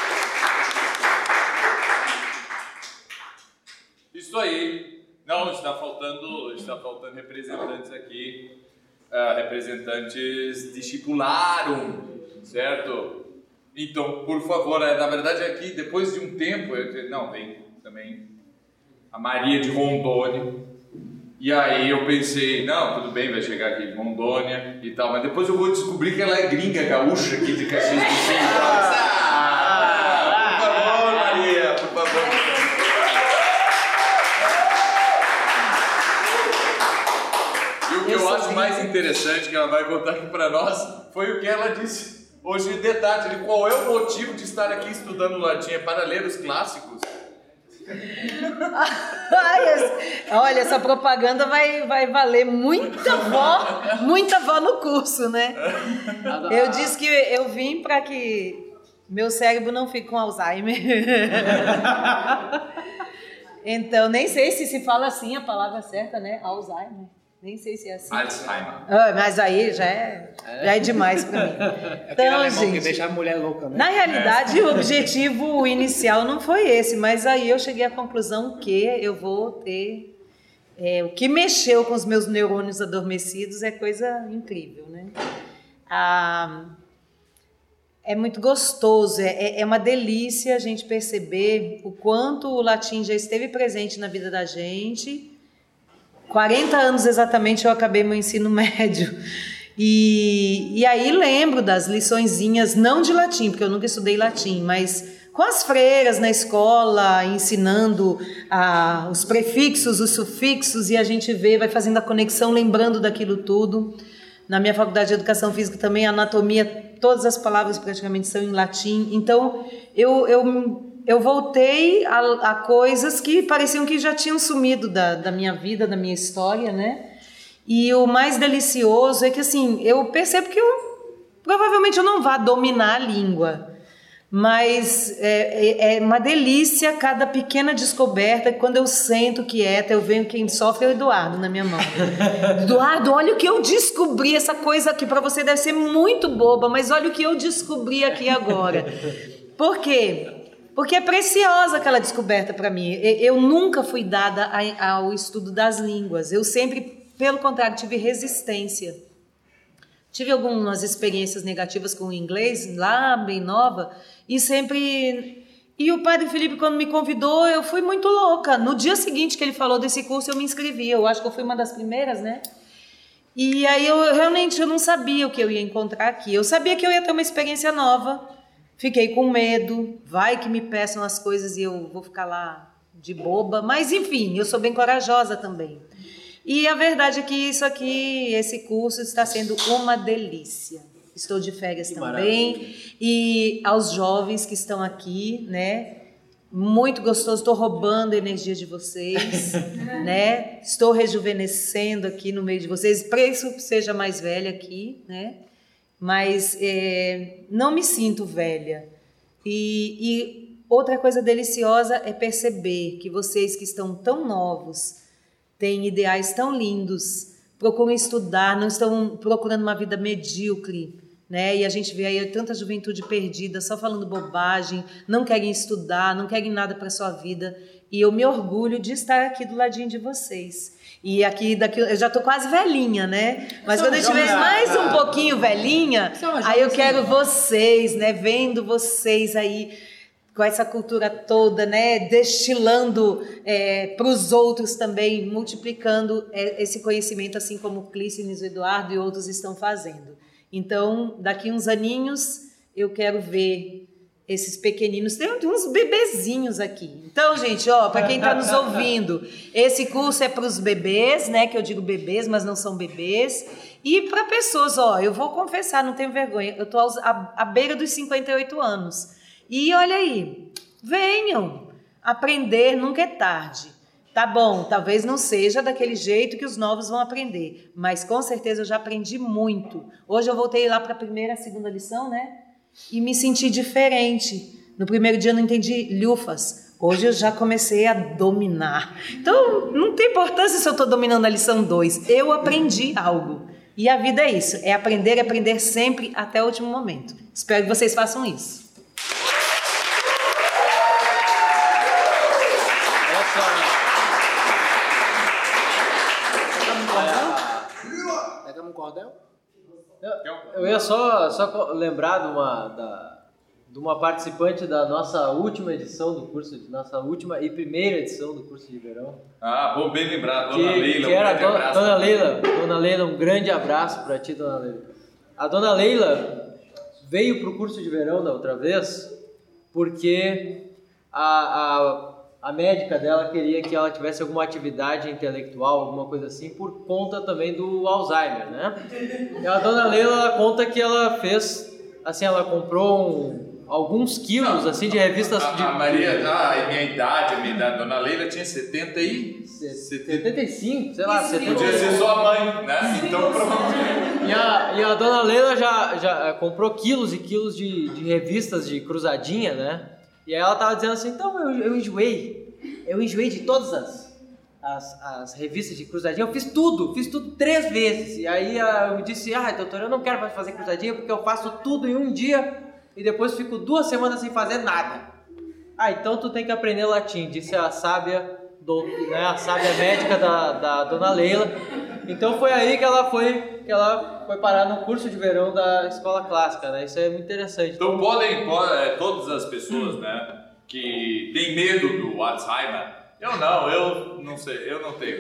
Isso aí. Não, está faltando representantes aqui, representantes discipularam, certo? Então, por favor, na verdade aqui, depois de um tempo, vem também a Maria de Rondônia, e aí eu pensei, não, tudo bem, vai chegar aqui de Rondônia e tal, mas depois eu vou descobrir que ela é gringa, gaúcha aqui de Caxias do Sul. Por favor, Maria, por favor. O que eu acho mais interessante que ela vai contar aqui para nós foi o que ela disse hoje de tarde. Qual é o motivo de estar aqui estudando latim? É para ler os clássicos? Olha, essa propaganda vai valer muita vó no curso, né? Eu disse que eu vim para que meu cérebro não fique com Alzheimer. Então, nem sei se fala assim a palavra certa, né? Alzheimer. Nem sei se é assim. Alzheimer. Mas aí já é demais pra mim. Então, gente, que deixa a mulher louca, né? Na realidade, o objetivo inicial não foi esse, mas aí eu cheguei à conclusão que eu vou ter... o que mexeu com os meus neurônios adormecidos é coisa incrível, né? É muito gostoso, é uma delícia a gente perceber o quanto o latim já esteve presente na vida da gente. 40 anos exatamente eu acabei meu ensino médio e aí lembro das liçõezinhas, não de latim, porque eu nunca estudei latim, mas com as freiras na escola, ensinando os prefixos, os sufixos, e a gente vai fazendo a conexão, lembrando daquilo tudo. Na minha faculdade de Educação Física também, a anatomia, todas as palavras praticamente são em latim, então eu voltei a coisas que pareciam que já tinham sumido da minha vida, da minha história, né? E o mais delicioso é que, assim, eu percebo que provavelmente eu não vá dominar a língua, mas é uma delícia cada pequena descoberta. Quando eu sento quieta, eu vejo quem sofre é o Eduardo na minha mão. Eduardo, olha o que eu descobri, essa coisa que para você deve ser muito boba, mas olha o que eu descobri aqui agora. Por quê? Porque é preciosa aquela descoberta para mim. Eu nunca fui dada ao estudo das línguas. Eu sempre pelo contrário, tive resistência. Tive algumas experiências negativas com o inglês, lá bem nova, e sempre... E o Padre Felipe, quando me convidou, eu fui muito louca. No dia seguinte que ele falou desse curso, eu me inscrevi. Eu acho que eu fui uma das primeiras, né? E aí eu realmente não sabia o que eu ia encontrar aqui. Eu sabia que eu ia ter uma experiência nova. Fiquei com medo. Vai que me peçam as coisas e eu vou ficar lá de boba. Mas enfim, eu sou bem corajosa também. E a verdade é que isso aqui, esse curso está sendo uma delícia. Estou de férias também. Maravilha. E aos jovens que estão aqui, né? Muito gostoso. Estou roubando a energia de vocês, né? Estou rejuvenescendo aqui no meio de vocês. Preço que seja mais velha aqui, né? Mas não me sinto velha. E outra coisa deliciosa é perceber que vocês que estão tão novos têm ideais tão lindos, procuram estudar, não estão procurando uma vida medíocre, né? E a gente vê aí tanta juventude perdida, só falando bobagem, não querem estudar, não querem nada para sua vida. E eu me orgulho de estar aqui do ladinho de vocês. E aqui, daqui, eu já tô quase velhinha, né? Mas quando eu estiver mais um pouquinho velhinha, aí eu quero vocês, né? Vendo vocês aí com essa cultura toda, né, destilando para os outros também, multiplicando esse conhecimento, assim como o Clístenes, o Eduardo e outros estão fazendo. Então, daqui uns aninhos, eu quero ver esses pequeninos, tem uns bebezinhos aqui. Então, gente, ó, para quem está nos ouvindo, esse curso é para os bebês, né, que eu digo bebês, mas não são bebês, e para pessoas, ó, eu vou confessar, não tenho vergonha, eu estou à beira dos 58 anos. E olha aí, venham, aprender nunca é tarde. Tá bom, talvez não seja daquele jeito que os novos vão aprender, mas com certeza eu já aprendi muito. Hoje eu voltei lá para a primeira, a segunda lição, né? E me senti diferente. No primeiro dia eu não entendi lufas, hoje eu já comecei a dominar. Então não tem importância se eu estou dominando a lição 2, eu aprendi algo. E a vida é isso, é aprender sempre até o último momento. Espero que vocês façam isso. Eu ia só lembrar de uma participante da nossa última edição do curso, nossa última e primeira edição do curso de verão. Ah, bom, bem lembrado, Dona Leila. Que era Dona Leila, um grande abraço para ti, Dona Leila. A Dona Leila veio para o curso de verão da outra vez porque a médica dela queria que ela tivesse alguma atividade intelectual, alguma coisa assim, por conta também do Alzheimer, né? E a Dona Leila, ela conta que ela fez, assim, ela comprou alguns quilos, assim, de revistas... Maria, minha idade, Dona Leila tinha 75, sei lá, 70. Podia ser sua mãe, né? Então, provavelmente... E a Dona Leila já comprou quilos e quilos de revistas de cruzadinha, né? E aí ela tava dizendo assim, então eu enjoei de todas as revistas de cruzadinha, eu fiz tudo 3 vezes. E aí eu disse, doutora, eu não quero mais fazer cruzadinha porque eu faço tudo em um dia e depois fico 2 semanas sem fazer nada. Então tu tem que aprender latim, disse a sábia, a sábia médica da Dona Leila. Então foi aí que ela foi parar no curso de verão da escola clássica, né? Isso é muito interessante. Então todas as pessoas, né, que têm medo do Alzheimer, eu não sei, eu não tenho,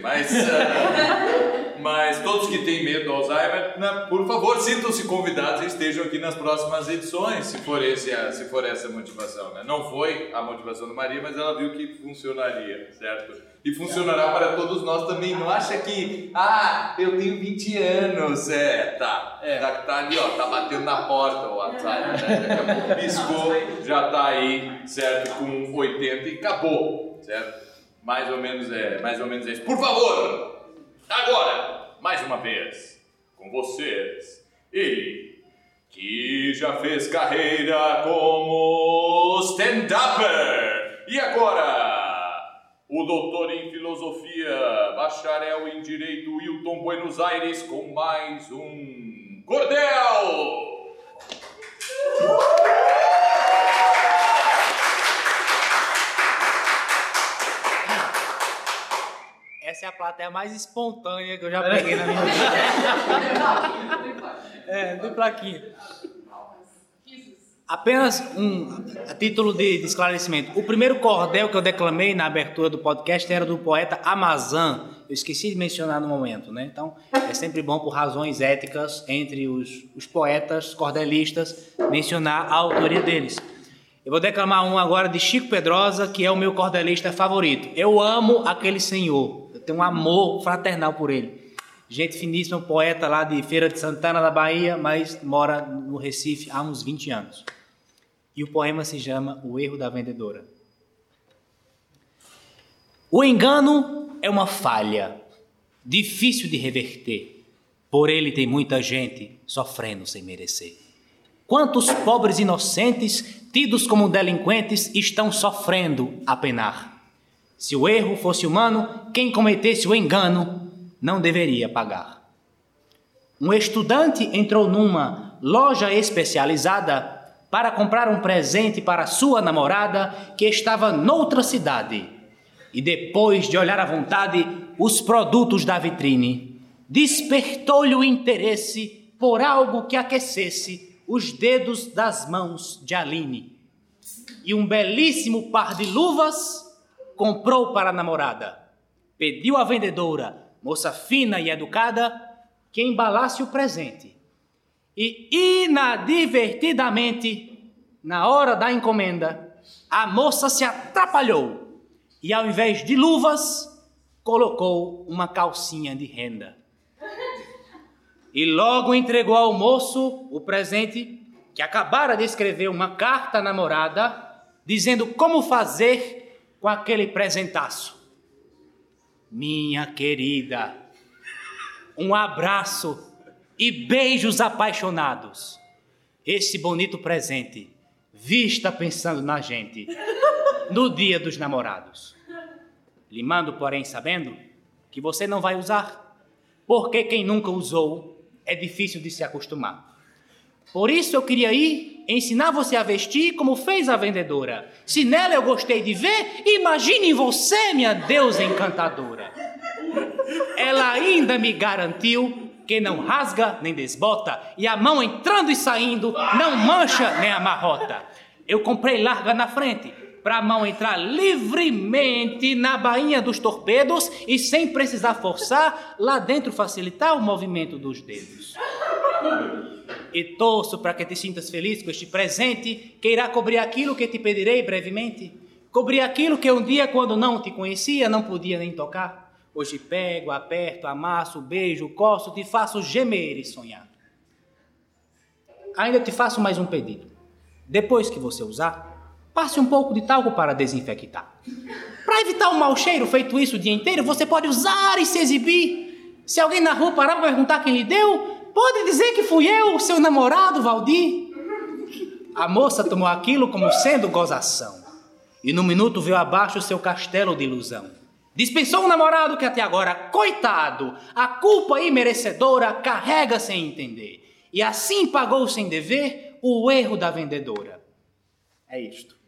mas todos que têm medo do Alzheimer, né, por favor, sintam-se convidados e estejam aqui nas próximas edições, se for essa motivação, né? Não foi a motivação da Maria, mas ela viu que funcionaria, certo? E funcionará para todos nós também. Não acha que, eu tenho 20 anos, tá ali, ó, tá batendo na porta o Alzheimer, né? Piscou, já tá aí, certo? Com 80 e acabou, certo? Mais ou menos é isso. Por favor, agora, mais uma vez, com vocês, ele que já fez carreira como stand-upper e agora o doutor em filosofia, bacharel em direito Wilton Buenos Aires com mais um cordel. Essa é a parte é a mais espontânea que eu já peguei na minha vida. De plaquinha. Apenas a título de esclarecimento. O primeiro cordel que eu declamei na abertura do podcast era do poeta Amazã. Eu esqueci de mencionar no momento, né? Então, é sempre bom, por razões éticas, entre os poetas cordelistas, mencionar a autoria deles. Eu vou declamar um agora de Chico Pedrosa, que é o meu cordelista favorito. Eu amo aquele senhor. Eu tenho um amor fraternal por ele. Gente finíssima, poeta lá de Feira de Santana, da Bahia, mas mora no Recife há uns 20 anos. E o poema se chama O Erro da Vendedora. O engano é uma falha, difícil de reverter. Por ele tem muita gente sofrendo sem merecer. Quantos pobres inocentes, tidos como delinquentes, estão sofrendo a penar. Se o erro fosse humano, quem cometesse o engano não deveria pagar. Um estudante entrou numa loja especializada para comprar um presente para sua namorada que estava noutra cidade. E depois de olhar à vontade os produtos da vitrine, despertou-lhe o interesse por algo que aquecesse os dedos das mãos de Aline. E um belíssimo par de luvas comprou para a namorada. Pediu à vendedora, moça fina e educada, que embalasse o presente. E inadvertidamente, na hora da encomenda, a moça se atrapalhou e, ao invés de luvas, colocou uma calcinha de renda. E logo entregou ao moço o presente, que acabara de escrever uma carta à namorada, dizendo como fazer com aquele presentaço. Minha querida, um abraço e beijos apaixonados. Esse bonito presente, vista pensando na gente, no dia dos namorados. Lhe mando, porém, sabendo que você não vai usar, porque quem nunca usou é difícil de se acostumar. Por isso eu queria ir ensinar você a vestir como fez a vendedora. Se nela eu gostei de ver, imagine em você, minha deusa encantadora. Ela ainda me garantiu que não rasga nem desbota, e a mão entrando e saindo não mancha nem amarrota. Eu comprei larga na frente, para a mão entrar livremente na bainha dos torpedos e sem precisar forçar, lá dentro facilitar o movimento dos dedos. E torço para que te sintas feliz com este presente, que irá cobrir aquilo que te pedirei brevemente. Cobrir aquilo que um dia, quando não te conhecia, não podia nem tocar. Hoje pego, aperto, amasso, beijo, coço, te faço gemer e sonhar. Ainda te faço mais um pedido. Depois que você usar, passe um pouco de talco para desinfectar. Para evitar o mau cheiro, feito isso o dia inteiro, você pode usar e se exibir. Se alguém na rua parar para perguntar quem lhe deu, pode dizer que fui eu, seu namorado, Valdir. A moça tomou aquilo como sendo gozação. E no minuto veio abaixo o seu castelo de ilusão. Dispensou um namorado que até agora, coitado, a culpa imerecedora carrega sem entender. E assim pagou sem dever o erro da vendedora. É isto.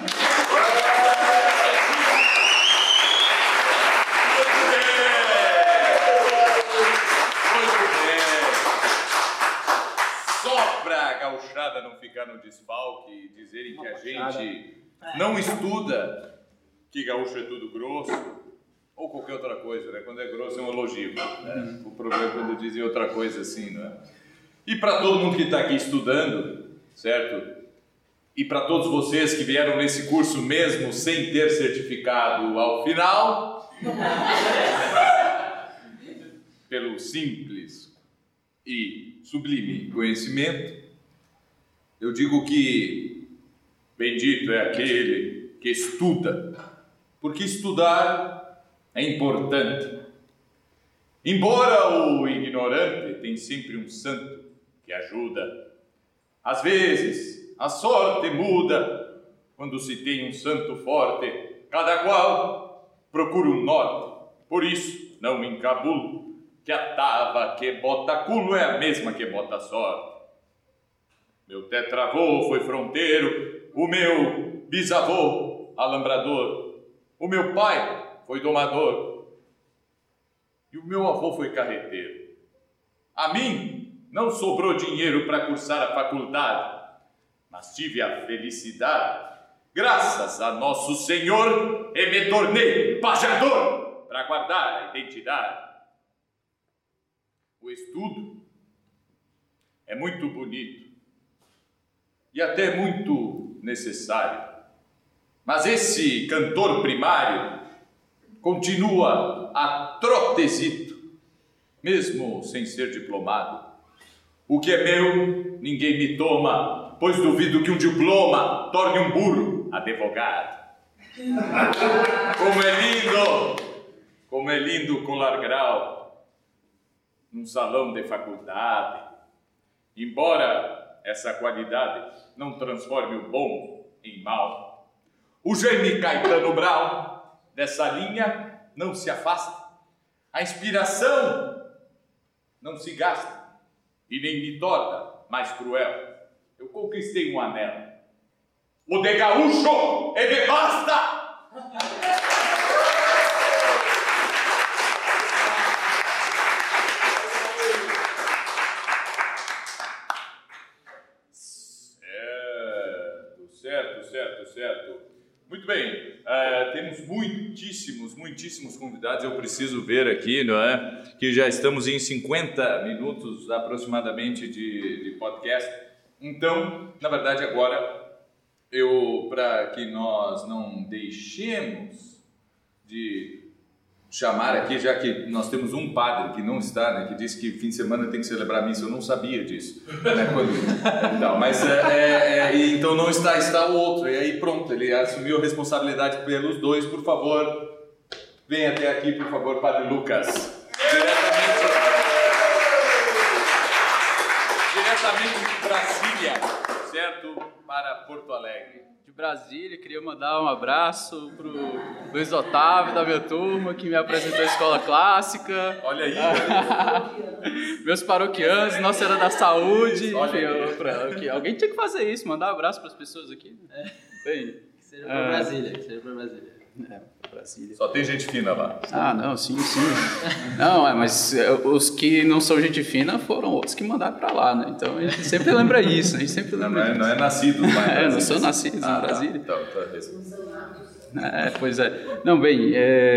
Só pra gauchada não ficar no desfalque e dizerem que a gente não estuda, que gaúcho é tudo grosso, ou qualquer outra coisa, né? Quando é grosso é um elogio, né? O problema é quando dizem outra coisa assim, não é? E para todo mundo que está aqui estudando, certo? E para todos vocês que vieram nesse curso mesmo sem ter certificado ao final, pelo simples e sublime conhecimento, eu digo que bendito é aquele que estuda, porque estudar é importante. Embora o ignorante tenha sempre um santo que ajuda, às vezes a sorte muda quando se tem um santo forte, cada qual procura um norte. Por isso, não me encabulo, que a tava que bota culo é a mesma que bota sorte. Meu tetravô foi fronteiro, o meu bisavô alambrador, o meu pai foi domador. E o meu avô foi carreteiro. A mim não sobrou dinheiro para cursar a faculdade, mas tive a felicidade, graças a Nosso Senhor, e me tornei pajador para guardar a identidade. O estudo é muito bonito e até muito necessário, mas esse cantor primário continua a trotezito, mesmo sem ser diplomado. O que é meu, ninguém me toma, pois duvido que um diploma torne um burro advogado. Como é lindo colar grau num salão de faculdade. Embora essa qualidade não transforme o bom em mal, o Jaime Caetano Brown dessa linha não se afasta. A inspiração não se gasta e nem me torna mais cruel. Eu conquistei um anel. O de gaúcho é de basta! Certo. Muito bem, temos muitíssimos convidados. Eu preciso ver aqui, não é? Que já estamos em 50 minutos aproximadamente de podcast. Então, na verdade, agora, para que nós não deixemos de chamar aqui, já que nós temos um padre que não está, né, que disse que fim de semana tem que celebrar a missa. Eu não sabia disso, né, então, mas então não está o outro, e aí pronto, ele assumiu a responsabilidade pelos dois. Por favor, vem até aqui, por favor, Padre Lucas, diretamente de Brasília, certo, para Porto Alegre. De Brasília, queria mandar um abraço pro Luiz Otávio da minha turma, que me apresentou a escola clássica. Olha aí, meus paroquianos, Nossa Senhora da Saúde. Enfim, alguém tinha que fazer isso, mandar um abraço para as pessoas aqui. Bem, seja para Brasília. Só tem gente fina lá. Ah, não, sim. Não, mas os que não são gente fina foram outros que mandaram pra lá, né? Então a gente sempre lembra isso, Não é nascido lá. Não sou nascido em Brasília. Então. Pois é. Não, bem,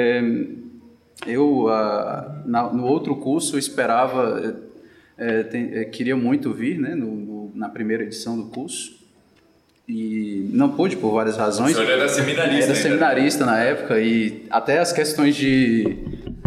eu no outro curso eu esperava, queria muito vir, né? Na primeira edição do curso. E não pude por várias razões. O senhor era seminarista. Era seminarista na época, e até as questões de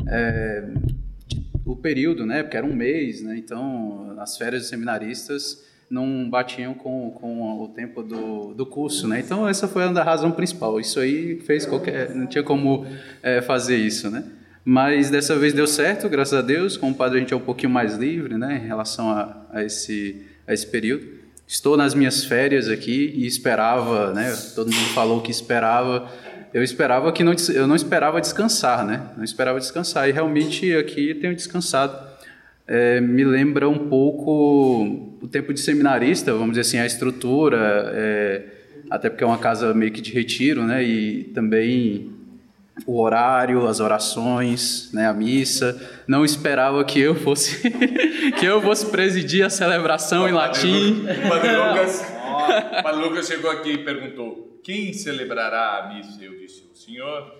o período, né? Porque era um mês, né? Então as férias dos seminaristas não batiam com o tempo do curso, né? Então essa foi a razão principal. Isso aí fez não tinha como fazer isso, né? Mas dessa vez deu certo, graças a Deus. Como padre a gente é um pouquinho mais livre, né? Em relação a esse período. Estou nas minhas férias aqui e esperava, né? Todo mundo falou que esperava. Eu esperava eu não esperava descansar, né? Não esperava descansar, e realmente aqui tenho descansado. Me lembra um pouco o tempo de seminarista, vamos dizer assim, a estrutura, até porque é uma casa meio que de retiro, né? E também o horário, as orações, né? A missa. Não esperava que eu fosse presidir a celebração em latim. Padre Lucas chegou aqui e perguntou: quem celebrará a missa? Eu disse: o senhor.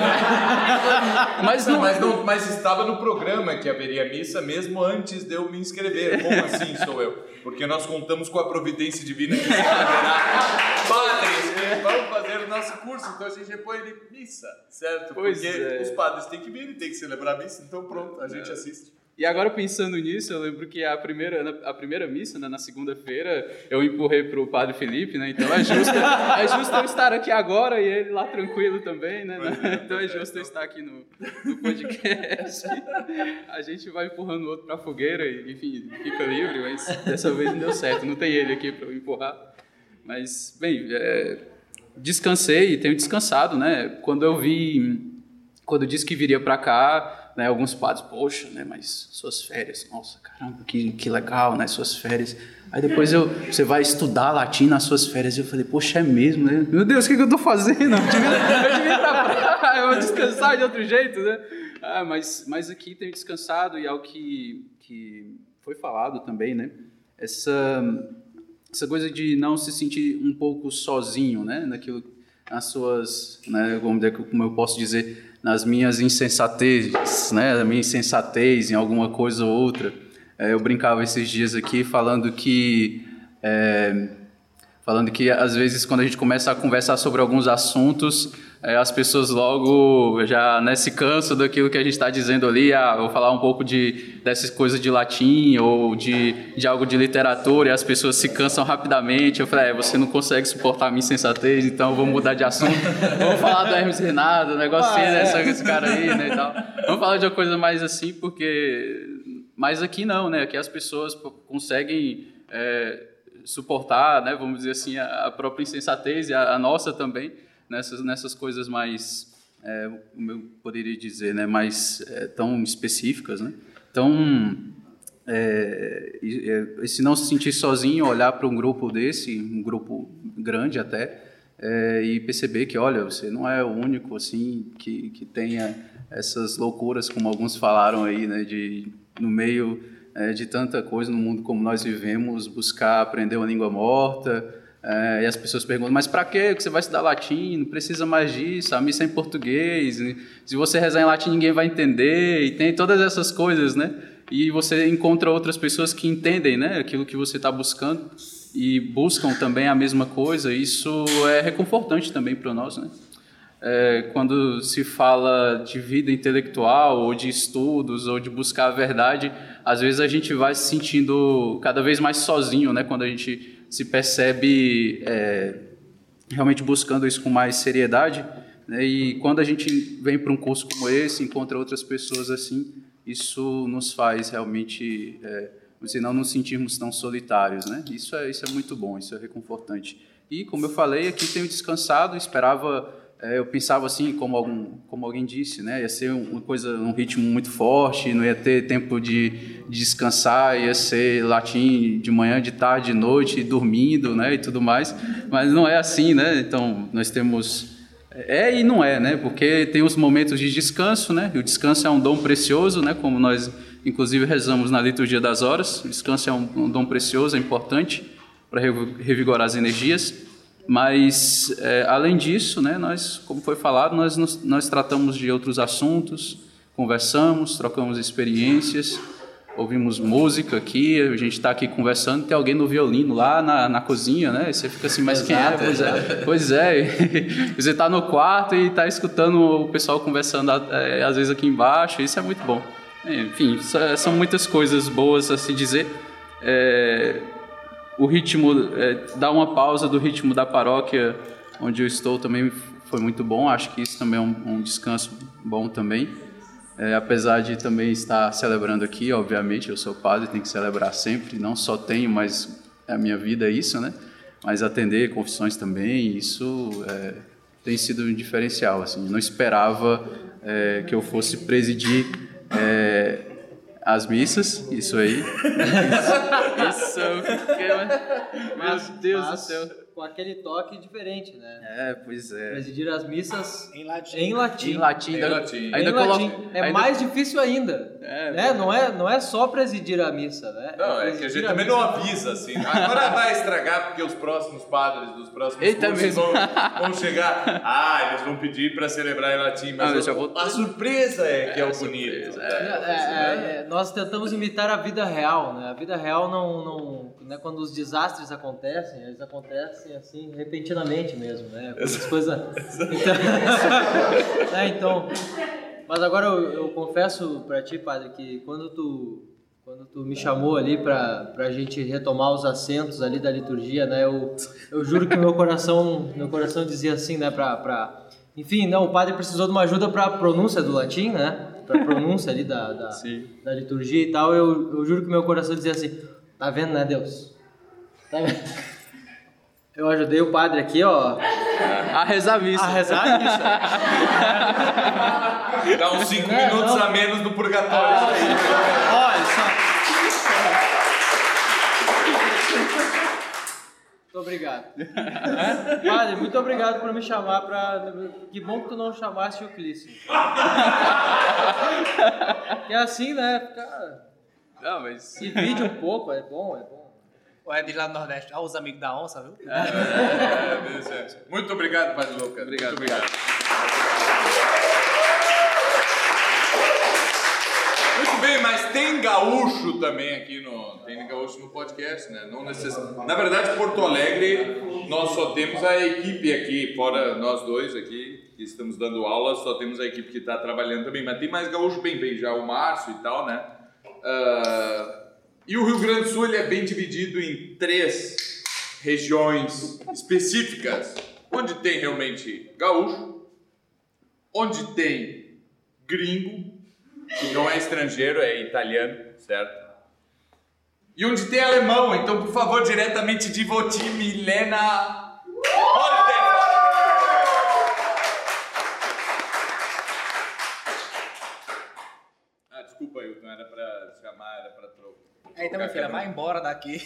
Mas estava no programa que haveria missa mesmo antes de eu me inscrever. Como assim sou eu? Porque nós contamos com a providência divina que se haverá padres, vamos fazer o nosso curso, então a gente repõe ele missa, certo? Porque os padres têm que vir e têm que celebrar a missa, então pronto, a gente assiste. E agora, pensando nisso, eu lembro que a primeira missa, né, na segunda-feira, eu empurrei para o Padre Felipe, né? Então é justo eu estar aqui agora e ele lá tranquilo também, né? Então é justo eu estar aqui no podcast. A gente vai empurrando o outro para a fogueira e, enfim, fica livre, mas dessa vez não deu certo. Não tem ele aqui para eu empurrar. Mas, bem, descansei e tenho descansado, né? Quando eu disse que viria para cá, né, alguns padres, poxa, né, mas suas férias, nossa, caramba, que legal, né, suas férias. Aí depois você vai estudar latim nas suas férias, e eu falei, poxa, é mesmo, né? Meu Deus, o que eu tô fazendo? Eu devia ir pra praia, eu vou descansar de outro jeito, né? Mas aqui tenho descansado, e algo que foi falado também, né? Essa coisa de não se sentir um pouco sozinho, né? Nas suas, né? Como eu posso dizer, nas minhas insensatezes, né? A minha insensatez em alguma coisa ou outra. Eu brincava esses dias aqui falando que às vezes quando a gente começa a conversar sobre alguns assuntos, as pessoas logo já, né, se cansam daquilo que a gente está dizendo ali. Vou falar um pouco dessas coisas de latim ou de algo de literatura, e as pessoas se cansam rapidamente. Eu falei, você não consegue suportar a minha insensatez, então vamos mudar de assunto. Vamos falar do Hermes Renato, um negocinho, né, só esse cara aí, né, e tal. Vamos falar de uma coisa mais assim, porque... Mas aqui não, né, aqui as pessoas conseguem suportar, né, vamos dizer assim, a própria insensatez, e a nossa também, nessas coisas mais, como eu poderia dizer, né, mais tão específicas, né? Então, se não se sentir sozinho, olhar para um grupo desse, um grupo grande até, e perceber que, olha, você não é o único assim que tenha essas loucuras, como alguns falaram aí, né, no meio de tanta coisa no mundo como nós vivemos, buscar aprender uma língua morta. E as pessoas perguntam, mas para quê? Que você vai estudar latim? Não precisa mais disso, a missa é em português, se você rezar em latim ninguém vai entender, e tem todas essas coisas, né? E você encontra outras pessoas que entendem, né, aquilo que você está buscando e buscam também a mesma coisa. Isso é reconfortante também para nós, né? Quando se fala de vida intelectual ou de estudos ou de buscar a verdade, às vezes a gente vai se sentindo cada vez mais sozinho, né? Quando a gente se percebe realmente buscando isso com mais seriedade, né? E quando a gente vem para um curso como esse, encontra outras pessoas assim, isso nos faz realmente, não nos sentirmos tão solitários, né? Isso é muito bom, isso é reconfortante. E como eu falei, aqui tenho descansado, eu pensava assim, como alguém disse, né? Ia ser um ritmo muito forte, não ia ter tempo de descansar, ia ser latim de manhã, de tarde, de noite, dormindo, né? E tudo mais. Mas não é assim, né? Então, nós temos... e não é, né? Porque tem os momentos de descanso, né? E o descanso é um dom precioso, né? Como nós, inclusive, rezamos na liturgia das horas. O descanso é um dom precioso, é importante para revigorar as energias. Mas, além disso, né, nós, como foi falado, nós tratamos de outros assuntos, conversamos, trocamos experiências, ouvimos música aqui, a gente está aqui conversando, tem alguém no violino lá na cozinha, né? E você fica assim, mas quem é? Pois é. Você está no quarto e está escutando o pessoal conversando, às vezes aqui embaixo, isso é muito bom. Enfim, são muitas coisas boas a se dizer. O ritmo, dar uma pausa do ritmo da paróquia onde eu estou também foi muito bom. Acho que isso também é um descanso bom também. Apesar de também estar celebrando aqui, obviamente, eu sou padre, tenho que celebrar sempre. Não só tenho, mas a minha vida é isso, né? Mas atender confissões também, isso tem sido um diferencial. Assim. Eu não esperava que eu fosse presidir... as missas, isso aí. Isso meu Deus do céu. Com aquele toque diferente, né? Pois é. Presidir as missas em latim. Em latim. Ainda mais difícil ainda. Né? Não é só presidir a missa, né? Não, que a gente também não avisa, assim. Agora vai estragar porque os próximos padres dos próximos cursos vão chegar. Eles vão pedir para celebrar em latim, mas a surpresa que é o bonito. Nós tentamos imitar a vida real, né? A vida real não né? Quando os desastres acontecem, eles acontecem assim repentinamente mesmo, né? As coisas. Então, mas agora eu confesso para ti, padre, que quando tu me chamou ali pra gente retomar os assentos ali da liturgia, né? Eu juro que meu coração dizia assim, né? Enfim, não, o padre precisou de uma ajuda para a pronúncia do latim, né? Para a pronúncia ali da liturgia e tal. Eu juro que meu coração dizia assim, tá vendo, né, Deus? Tá vendo? Eu ajudei o padre aqui, ó. A rezar a missa. Dá uns 5 minutos a menos no purgatório. Olha só. Muito obrigado. Padre, muito obrigado por me chamar pra... Que bom que tu não chamaste o Clício. Que é assim, né? Cara, Não, mas... se vide um pouco, é bom. O Ed lá do Nordeste, os amigos da onça, viu? Muito obrigado, Padre Lucas. Obrigado. Muito obrigado. Muito bem, mas tem gaúcho também aqui tem gaúcho no podcast, né? Não Na verdade, Porto Alegre, nós só temos a equipe aqui, fora nós dois aqui, que estamos dando aula, só temos a equipe que está trabalhando também, mas tem mais gaúcho bem já o Márcio e tal, né? E o Rio Grande do Sul ele é bem dividido em 3 regiões específicas, onde tem realmente gaúcho, onde tem gringo, que não é estrangeiro, é italiano, certo? E onde tem alemão, então, por favor, diretamente de Voti, Milena Holdefa. Desculpa, Hilton, era pra chamar, era pra trocar. Então, minha filha, vai embora daqui.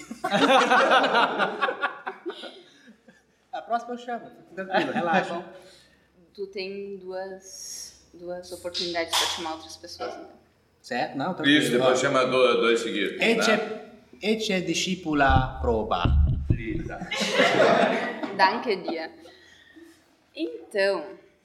A próxima eu chamo, fica tranquilo, relaxa. Bom, tu tem duas oportunidades para chamar outras pessoas, então. Certo? Não, tranquilo. Isso, depois chama dois seguidos. Ece discipula proba. Danke dir. Então,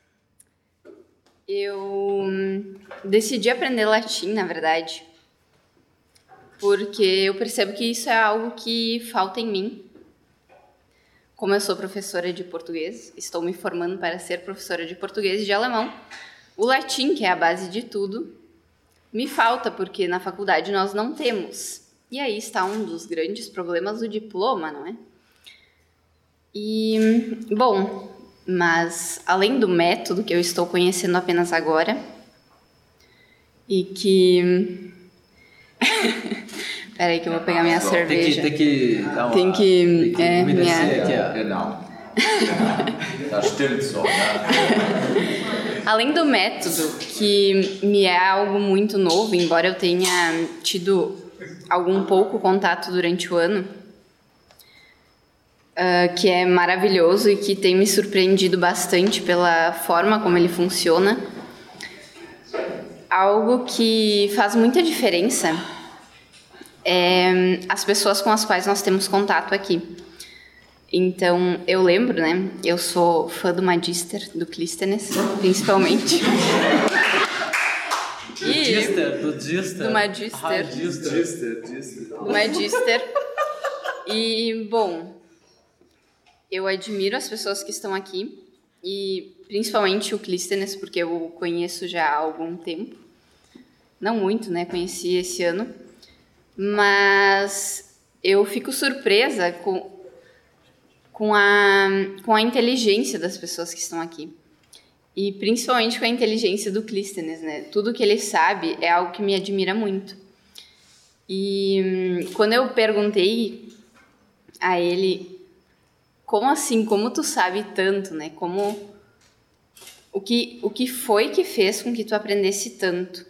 eu decidi aprender latim, na verdade, porque eu percebo que isso é algo que falta em mim. Como eu sou professora de português, estou me formando para ser professora de português e de alemão, o latim, que é a base de tudo, me falta, porque na faculdade nós não temos. E aí está um dos grandes problemas do diploma, não é? E, bom, mas além do método que eu estou conhecendo apenas agora, e que... Peraí que eu vou pegar minha cerveja. Tem que dar uma... Tem que umedecer aqui, ó. Não. Tá stimmt so, né? Além do método, que me é algo muito novo, embora eu tenha tido algum pouco contato durante o ano, que é maravilhoso e que tem me surpreendido bastante pela forma como ele funciona, algo que faz muita diferença é as pessoas com as quais nós temos contato aqui. Então, eu lembro, né? Eu sou fã do Magister, do Clístenes, principalmente. Do Magister. E, bom, eu admiro as pessoas que estão aqui, e principalmente o Clístenes, porque eu o conheço já há algum tempo. Não muito, né? Conheci esse ano. Mas eu fico surpresa com a inteligência das pessoas que estão aqui. E principalmente com a inteligência do Clístenes, né? Tudo que ele sabe é algo que me admira muito. E quando eu perguntei a ele, como assim, como tu sabe tanto, né? O que foi que fez com que tu aprendesse tanto?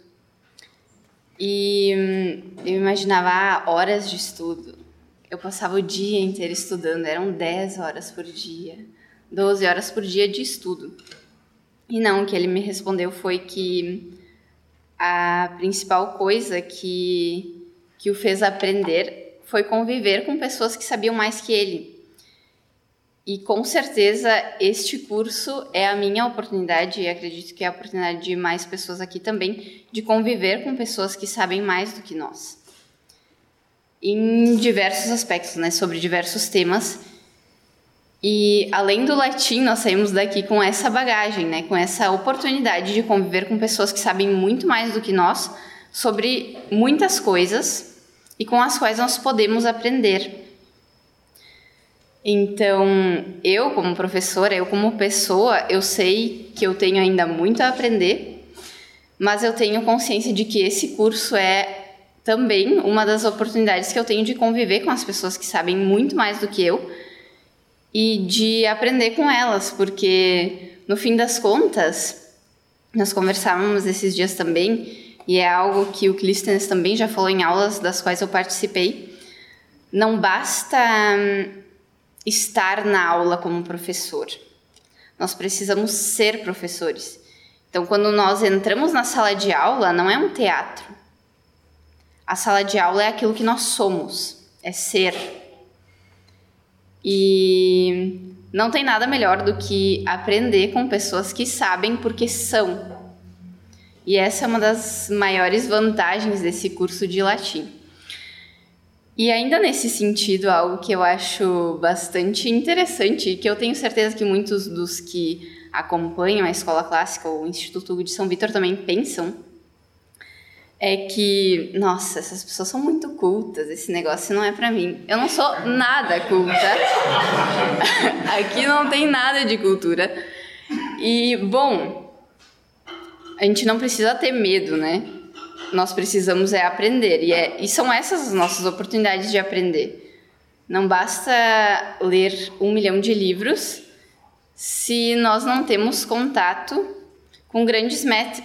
E eu imaginava horas de estudo. Eu passava o dia inteiro estudando, eram 10 horas por dia, 12 horas por dia de estudo. E não, o que ele me respondeu foi que a principal coisa que o fez aprender foi conviver com pessoas que sabiam mais que ele. E com certeza este curso é a minha oportunidade, e acredito que é a oportunidade de mais pessoas aqui também, de conviver com pessoas que sabem mais do que nós. Em diversos aspectos, né, sobre diversos temas. E além do latim, nós saímos daqui com essa bagagem, né, com essa oportunidade de conviver com pessoas que sabem muito mais do que nós sobre muitas coisas e com as quais nós podemos aprender. Então, eu como professora, eu como pessoa, eu sei que eu tenho ainda muito a aprender, mas eu tenho consciência de que esse curso é também uma das oportunidades que eu tenho de conviver com as pessoas que sabem muito mais do que eu e de aprender com elas, porque no fim das contas, nós conversávamos esses dias também, e é algo que o Clístenes também já falou em aulas das quais eu participei, não basta estar na aula como professor. Nós precisamos ser professores. Então, quando nós entramos na sala de aula, não é um teatro. A sala de aula é aquilo que nós somos, é ser. E não tem nada melhor do que aprender com pessoas que sabem porque são. E essa é uma das maiores vantagens desse curso de latim. E ainda nesse sentido, algo que eu acho bastante interessante, e que eu tenho certeza que muitos dos que acompanham a Escola Clássica ou o Instituto Hugo de São Vitor também pensam, é que, nossa, essas pessoas são muito cultas, esse negócio não é pra mim. Eu não sou nada culta. Aqui não tem nada de cultura. E, bom, a gente não precisa ter medo, né? Nós precisamos aprender. E são essas as nossas oportunidades de aprender. Não basta ler 1 milhão de livros se nós não temos contato com grandes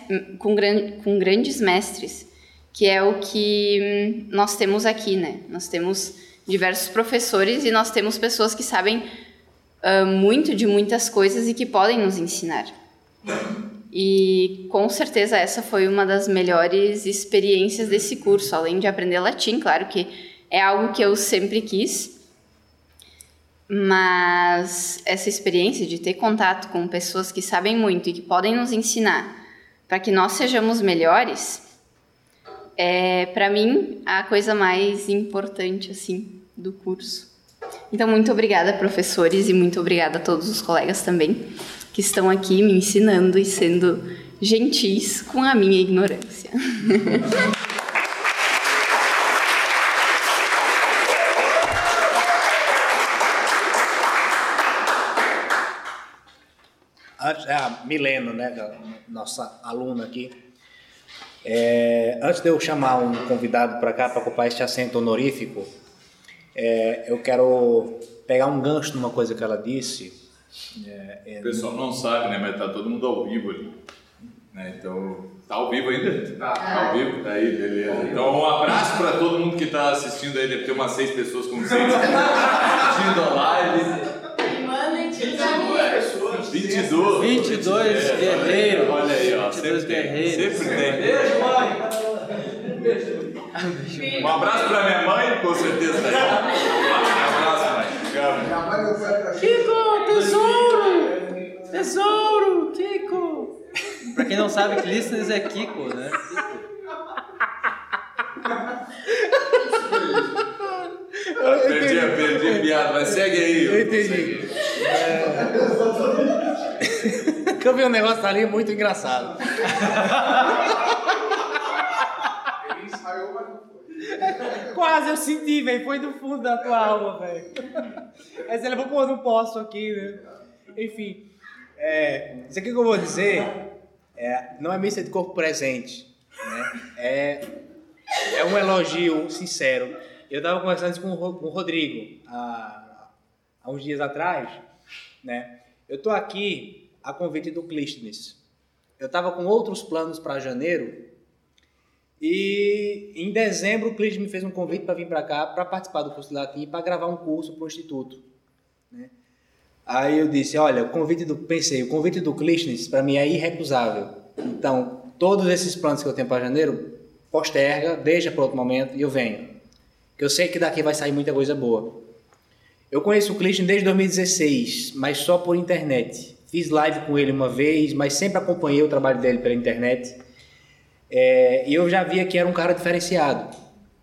mestres, que é o que nós temos aqui, né? Nós temos diversos professores e nós temos pessoas que sabem muito de muitas coisas e que podem nos ensinar. E com certeza essa foi uma das melhores experiências desse curso, além de aprender latim, claro que é algo que eu sempre quis, mas essa experiência de ter contato com pessoas que sabem muito e que podem nos ensinar para que nós sejamos melhores, é, para mim, a coisa mais importante, assim, do curso. Então, muito obrigada, professores, e muito obrigada a todos os colegas também que estão aqui me ensinando e sendo gentis com a minha ignorância. A Milena, né, nossa aluna aqui, antes de eu chamar um convidado para cá para ocupar este assento honorífico, eu quero pegar um gancho numa coisa que ela disse. O pessoal não sabe, né, mas tá todo mundo ao vivo ali, né? Então, tá ao vivo ainda? Tá ao vivo? Aí, beleza. Então, um abraço para todo mundo que tá assistindo aí, deve ter umas 6 pessoas como sempre assistindo a live. 22 guerreiros. Olha aí, ó. 22 guerreiros. Sempre tem. Um abraço pra minha mãe, com certeza. Um abraço, mãe. Kiko, tesouro! Tesouro, Kiko! Pra quem não sabe, Clístenes é Kiko, né? Perdi a piada, mas segue aí. Eu entendi. Que eu vi um negócio ali muito engraçado. Quase eu senti, velho. Foi do fundo da tua alma, velho. Aí você levou, pô, não posso aqui, né? Enfim. Isso aqui que eu vou dizer não é missa de corpo presente, né? É um elogio sincero. Eu estava conversando isso com o Rodrigo há uns dias atrás, né? Eu estou aqui a convite do Clístenes. Eu estava com outros planos para janeiro e em dezembro o Clístenes me fez um convite para vir para cá para participar do curso de latim e para gravar um curso para o Instituto, né? Aí eu disse, olha, o convite do Clístenes para mim é irrecusável. Então, todos esses planos que eu tenho para janeiro, posterga, deixa para outro momento e eu venho. Que eu sei que daqui vai sair muita coisa boa. Eu conheço o Clístenes desde 2016, mas só por internet. Fiz live com ele uma vez, mas sempre acompanhei o trabalho dele pela internet. E eu já via que era um cara diferenciado.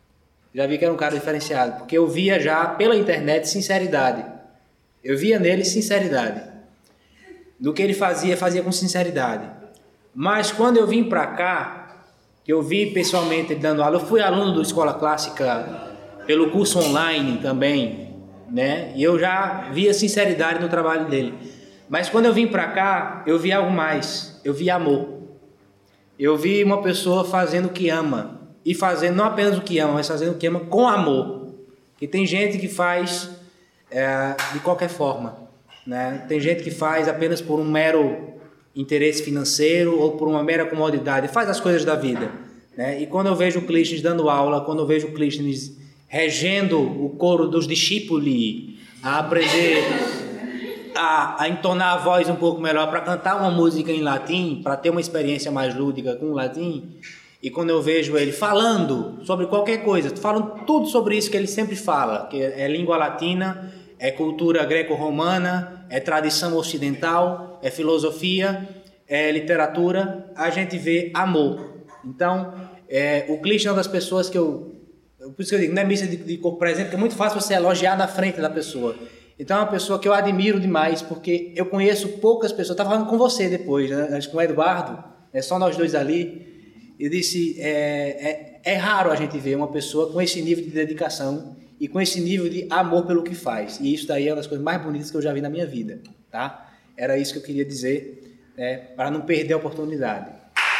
Porque eu via já pela internet sinceridade. Eu via nele sinceridade. Do que ele fazia com sinceridade. Mas quando eu vim para cá, que eu vi pessoalmente ele dando aula, eu fui aluno do Escola Clássica pelo curso online também, né? E eu já via sinceridade no trabalho dele. Mas quando eu vim para cá, eu vi algo mais. Eu vi amor. Eu vi uma pessoa fazendo o que ama. E fazendo não apenas o que ama, mas fazendo o que ama com amor. E tem gente que faz de qualquer forma, né? Tem gente que faz apenas por um mero interesse financeiro ou por uma mera comodidade. Faz as coisas da vida, né? E quando eu vejo o Clístenes dando aula, quando eu vejo o Clístenes regendo o coro dos discípulos, a aprender a entonar a voz um pouco melhor para cantar uma música em latim, para ter uma experiência mais lúdica com o latim. E quando eu vejo ele falando sobre qualquer coisa, falando tudo sobre isso que ele sempre fala, que é língua latina, é cultura greco-romana, é tradição ocidental, é filosofia, é literatura, a gente vê amor. Então, o clichê é uma das pessoas que por isso que eu digo, não é missa de corpo presente, porque é muito fácil você elogiar na frente da pessoa. Então é uma pessoa que eu admiro demais, porque eu conheço poucas pessoas. Eu estava falando com você depois, né? Acho que com o Eduardo, só nós dois ali. Eu disse, é raro a gente ver uma pessoa com esse nível de dedicação e com esse nível de amor pelo que faz. E isso daí é uma das coisas mais bonitas que eu já vi na minha vida, tá? Era isso que eu queria dizer, para não perder a oportunidade.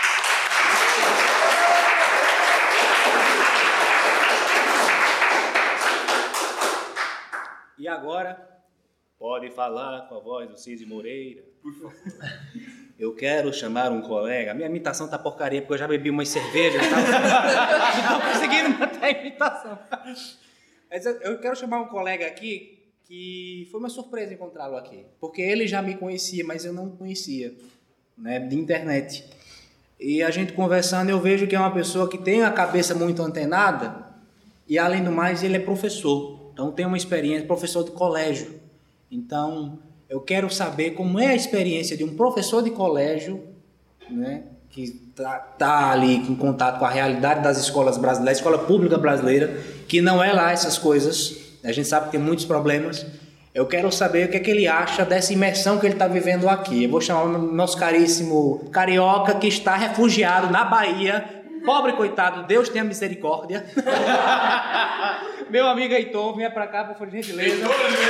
E agora, pode falar com a voz do Cid Moreira, por favor. Eu quero chamar um colega. Minha imitação tá porcaria, porque eu já bebi umas cervejas. Não tô conseguindo manter a imitação. Mas eu quero chamar um colega aqui que foi uma surpresa encontrá-lo aqui. Porque ele já me conhecia, mas eu não conhecia, né, de internet. E a gente conversando, eu vejo que é uma pessoa que tem a cabeça muito antenada e, além do mais, ele é professor. Então, tem uma experiência, professor de colégio. Então, eu quero saber como é a experiência de um professor de colégio, né, que tá ali em contato com a realidade das escolas brasileiras, da escola pública brasileira, que não é lá essas coisas. A gente sabe que tem muitos problemas. Eu quero saber o que é que ele acha dessa imersão que ele está vivendo aqui. Eu vou chamar o nosso caríssimo carioca que está refugiado na Bahia. Pobre coitado, Deus tenha misericórdia. Meu amigo Heitor, venha pra cá, por gentileza.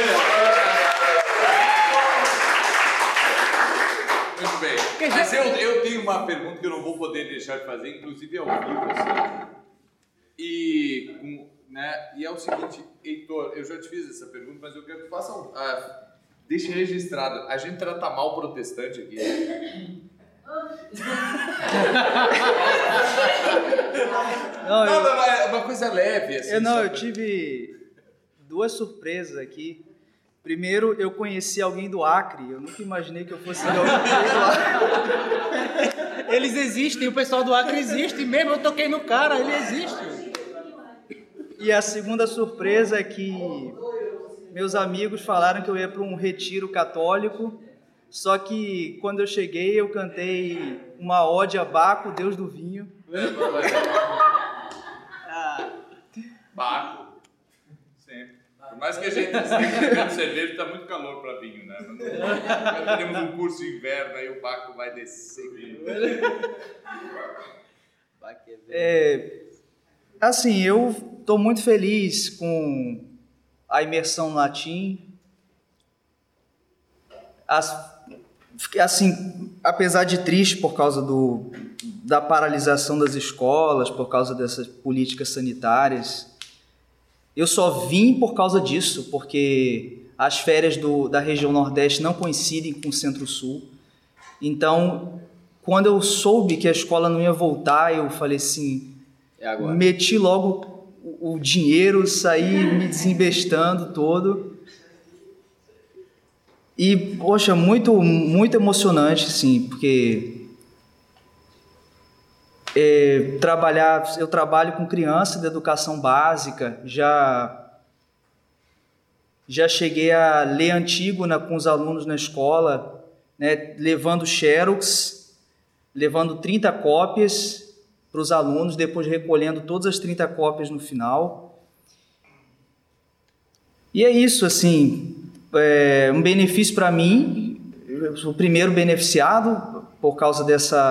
Muito bem. Mas eu tenho uma pergunta que eu não vou poder deixar de fazer, inclusive ao vivo, assim. E é o seguinte, Heitor, eu já te fiz essa pergunta, mas eu quero que faça deixe registrado. A gente trata mal protestante aqui. Não, é uma coisa leve assim. Eu tive duas surpresas aqui. Primeiro, eu conheci alguém do Acre. Eu nunca imaginei que eu fosse alguém do Acre. Eles existem, o pessoal do Acre existe mesmo. Eu toquei no cara, ele existe. E a segunda surpresa é que meus amigos falaram que eu ia para um retiro católico. Só que quando eu cheguei, eu cantei uma ode a Baco, Deus do vinho. Baco. Sempre. Por mais que a gente esteja bebendo cerveja, está muito calor para vinho, né? Nós teremos um curso de inverno, aí o Baco vai descer. Assim, eu estou muito feliz com a imersão no latim. Assim, apesar de triste por causa da paralisação das escolas, por causa dessas políticas sanitárias, eu só vim por causa disso, porque as férias da região Nordeste não coincidem com o Centro-Sul. Então, quando eu soube que a escola não ia voltar, eu falei assim, meti logo o dinheiro, saí me desembestando todo. E, poxa, muito, muito emocionante, assim, porque eu trabalho com criança de educação básica, já cheguei a ler Antígona com os alunos na escola, né, levando xerox, levando 30 cópias para os alunos, depois recolhendo todas as 30 cópias no final. E é isso, assim... um benefício para mim, eu sou o primeiro beneficiado por causa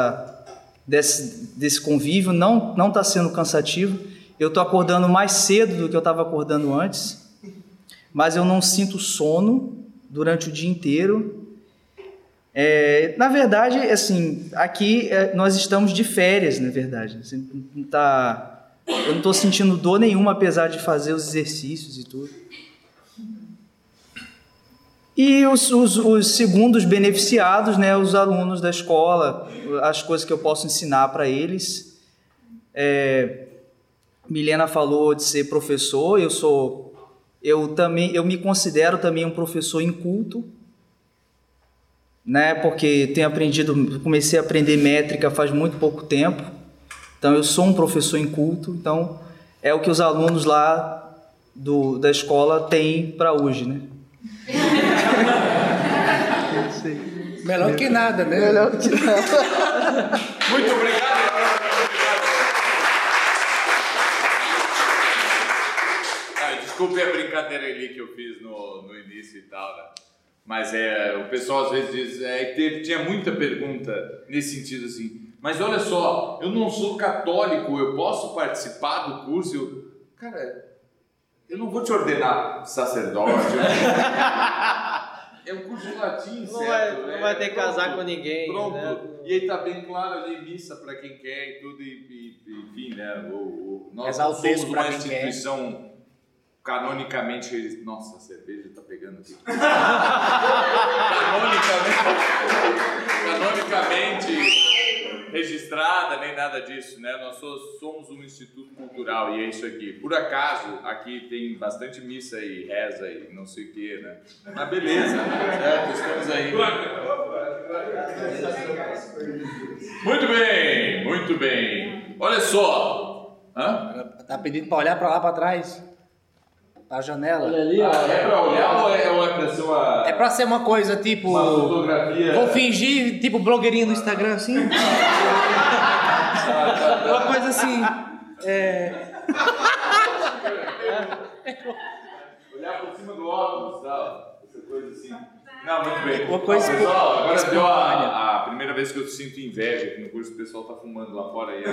desse convívio, não está sendo cansativo. Eu estou acordando mais cedo do que eu estava acordando antes, mas eu não sinto sono durante o dia inteiro. Na verdade, assim, aqui nós estamos de férias, na verdade. Eu não estou sentindo dor nenhuma, apesar de fazer os exercícios e tudo. E os segundos beneficiados, né, os alunos da escola, as coisas que eu posso ensinar para eles. Milena falou de ser professor, eu sou eu me considero também um professor inculto, né? Porque comecei a aprender métrica faz muito pouco tempo, então eu sou um professor inculto, então é o que os alunos lá da escola têm para hoje, né? Melhor que nada, né? Melhor que nada. Muito obrigado. Desculpe a brincadeira ali que eu fiz no início e tal, né? Mas o pessoal às vezes diz, tinha muita pergunta nesse sentido assim, mas olha só, eu não sou católico, eu posso participar do curso? Cara, eu não vou te ordenar sacerdote. É um curso de latim, certo? Não vai ter que casar com ninguém. Pronto. Né? E aí tá bem claro ali, missa para quem quer e tudo, enfim, né? Nós somos uma instituição canonicamente... Nossa, a cerveja tá pegando aqui. Canonicamente registrada, nem nada disso, né? Nós somos um instituto cultural e é isso aqui. Por acaso, aqui tem bastante missa e reza e não sei o que, né? Mas beleza, certo? Estamos aí. Muito bem. Olha só. Tá pedindo para olhar para lá para trás. A janela. Olha ali, ó. É pra olhar ou é pra ser uma... É pra ser uma coisa tipo... Uma fotografia... Vou fingir, tipo, blogueirinha no Instagram, assim. Uma coisa assim... Olhar por cima do óculos, tal. Essa coisa assim. Não, muito bem. Uma coisa pessoal, agora deu a primeira vez que eu sinto inveja aqui no curso, o pessoal tá fumando lá fora aí.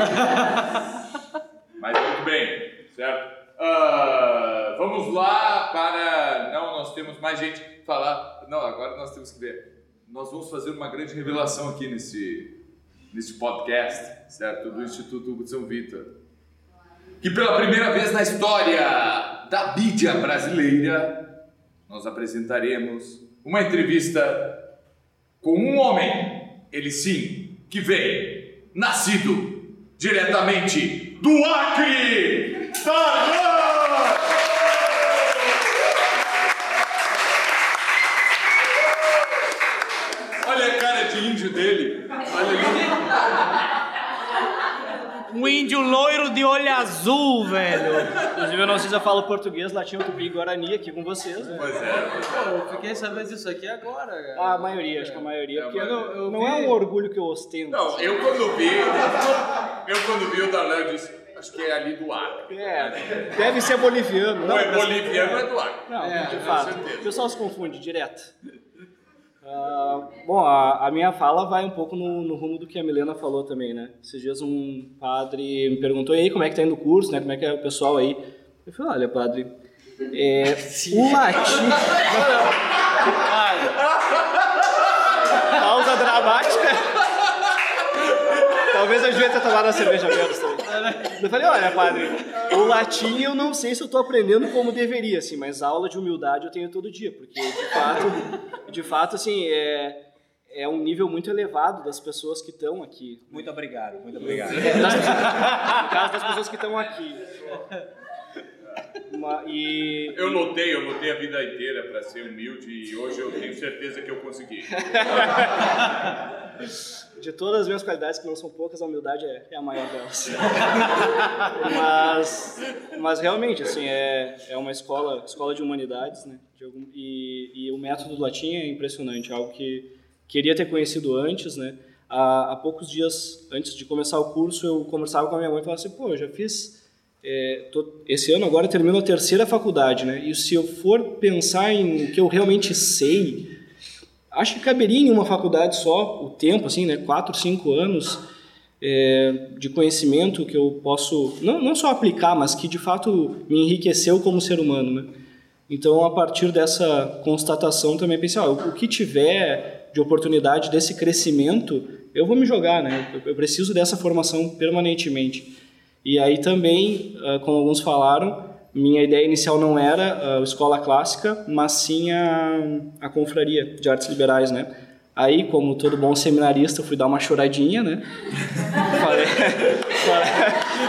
Mas muito bem, certo? Vamos lá para... Não, nós temos mais gente falar. Não, agora nós temos que ver. Nós vamos fazer uma grande revelação aqui nesse podcast, certo? Do Instituto Hugo de São Vitor. Que pela primeira vez na história da mídia brasileira, nós apresentaremos uma entrevista com um homem, ele sim, que vem, nascido diretamente do Acre, Tarjan! Olha a cara de índio dele. Olha ali. Um índio loiro de olho azul, velho. Inclusive eu não sei se eu falo português, latim, tupi e guarani aqui com vocês, né? Pois é. Pô, eu fiquei sabendo disso aqui agora, cara. A maioria, acho que a maioria. Porque eu não é um orgulho que eu ostento. Não, eu quando vi o Darlan, eu disse, acho que é ali do Acre. Deve ser boliviano. Ou não, é boliviano ou é do Acre. Não, de com fato. certeza. O pessoal se confunde direto. Bom, a minha fala vai um pouco no rumo do que a Milena falou também, né? Esses dias um padre me perguntou, e aí, como é que tá indo o curso, né? Como é que é o pessoal aí? Eu falei, olha, padre, o latim... Pausa dramática. Talvez eu devia ter tomado a cerveja menos também. Eu falei, olha, padre, o latim eu não sei se eu tô aprendendo como deveria, assim, mas aula de humildade eu tenho todo dia, porque de fato, assim, é um nível muito elevado das pessoas que estão aqui. Muito obrigado. No caso das pessoas que estão aqui. Eu lutei a vida inteira para ser humilde e hoje eu tenho certeza que eu consegui. De todas as minhas qualidades, que não são poucas, a humildade é a maior delas. mas realmente, assim, é uma escola de humanidades, né? E o método do latim é impressionante, algo que queria ter conhecido antes, né? Há poucos dias antes de começar o curso, eu conversava com a minha mãe e falava assim, pô, eu já fiz... esse ano agora eu termino a 3ª faculdade, né? E se eu for pensar em o que eu realmente sei, acho que caberia em uma faculdade só o tempo, assim, né? 4, 5 anos de conhecimento que eu posso não só aplicar, mas que de fato me enriqueceu como ser humano, né? Então, a partir dessa constatação, também pensei, o que tiver de oportunidade desse crescimento, eu vou me jogar, né? Eu preciso dessa formação permanentemente. E aí também, como alguns falaram, minha ideia inicial não era a escola clássica, mas sim a confraria de artes liberais, né? Aí, como todo bom seminarista, eu fui dar uma choradinha, né?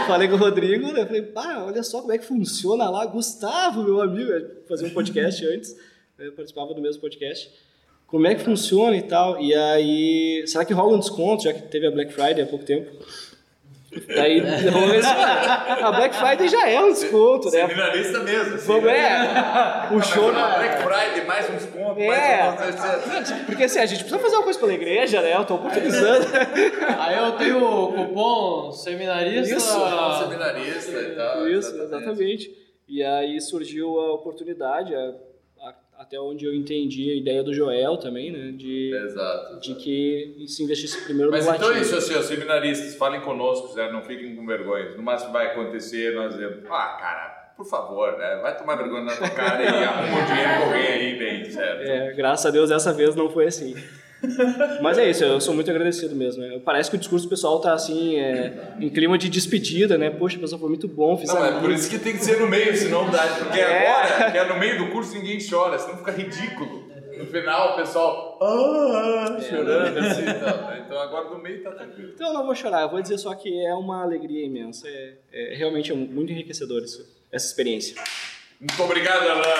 falei com o Rodrigo, né? Falei, olha só como é que funciona lá. Gustavo, meu amigo, fazia um podcast antes, eu participava do mesmo podcast. Como é que funciona e tal. E aí, será que rola um desconto, já que teve a Black Friday há pouco tempo? Daí, a Black Friday já é um desconto, né? Seminarista mesmo. Assim, o show na Black Friday, mais um desconto, porque assim, a gente precisa fazer uma coisa pela igreja, né? Eu tô oportunizando. Aí eu tenho o cupom seminarista. Isso, seminarista e tal. Isso, exatamente. E aí surgiu a oportunidade, até onde eu entendi a ideia do Joel também, né? De que se investisse primeiro no latim. Mas então é isso, assim, os seminaristas, falem conosco, Zé, não fiquem com vergonha. No máximo vai acontecer, nós dizemos, cara, por favor, né? Vai tomar vergonha na tua cara e arruma o dinheiro com alguém aí, bem, certo? Graças a Deus dessa vez não foi assim. Mas é isso, eu sou muito agradecido mesmo. Né? Parece que o discurso pessoal tá assim, em clima de despedida, né? Poxa, o pessoal foi muito bom, fiz Não, por isso que tem que ser no meio, senão dá. Porque agora, que é no meio do curso, ninguém chora, senão fica ridículo. No final, o pessoal chorando assim e tal. Então agora no meio tá tranquilo. Então eu não vou chorar, eu vou dizer só que é uma alegria imensa. Realmente muito enriquecedor essa experiência. Muito obrigado, Alain.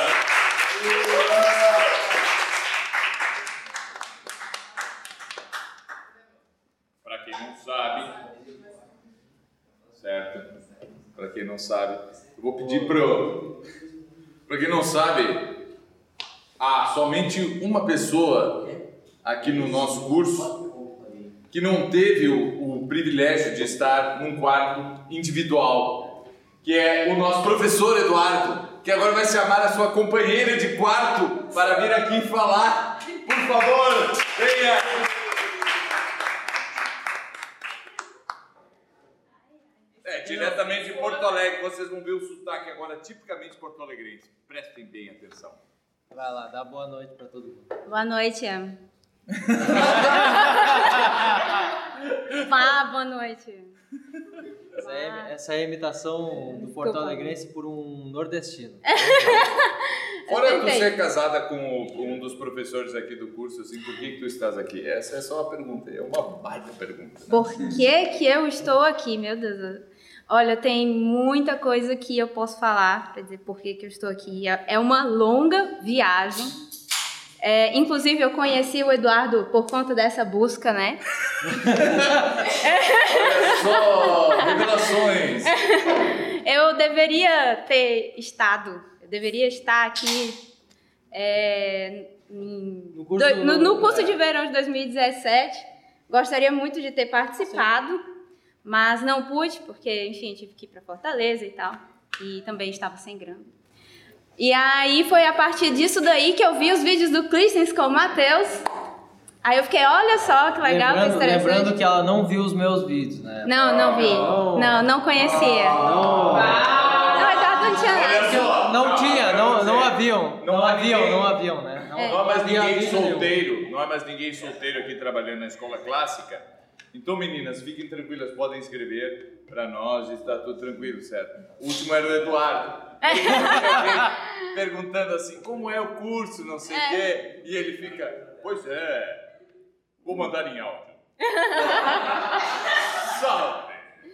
Para quem não sabe, eu vou pedir para quem não sabe, há somente uma pessoa aqui no nosso curso que não teve o privilégio de estar num quarto individual, que é o nosso professor Eduardo, que agora vai chamar a sua companheira de quarto para vir aqui falar. Por favor, venha! Diretamente de Porto Alegre, vocês vão ver o sotaque agora tipicamente porto-alegrense. Prestem bem atenção. Vai lá, dá boa noite pra todo mundo. Boa noite. Boa noite. Essa é a imitação do porto-alegrense por um nordestino. Fora tu ser casada com um dos professores aqui do curso, assim, por que tu estás aqui? Essa é só uma pergunta, é uma baita pergunta. Por que eu estou aqui, meu Deus? Olha, tem muita coisa que eu posso falar para dizer por que eu estou aqui. É uma longa viagem. Inclusive, eu conheci o Eduardo por conta dessa busca, né? Olha só, revelações! Eu deveria estar aqui no curso de verão de 2017. Gostaria muito de ter participado. Mas não pude, porque, enfim, tive que ir para Fortaleza e tal. E também estava sem grana. E aí foi a partir disso daí que eu vi os vídeos do Clístenes com o Matheus. Aí eu fiquei, olha só que legal, que interessante. Lembrando que ela não viu os meus vídeos, né? Não vi. Não conhecia. Não, Eduardo não tinha nada. Não haviam, né? Não há mais ninguém solteiro. Não há mais ninguém solteiro aqui trabalhando na escola clássica. Então, meninas, fiquem tranquilas, podem escrever para nós, está tudo tranquilo, certo? O último era o Eduardo. Perguntando assim, como é o curso, não sei o quê. E ele fica, pois é, vou mandar em áudio. Salve!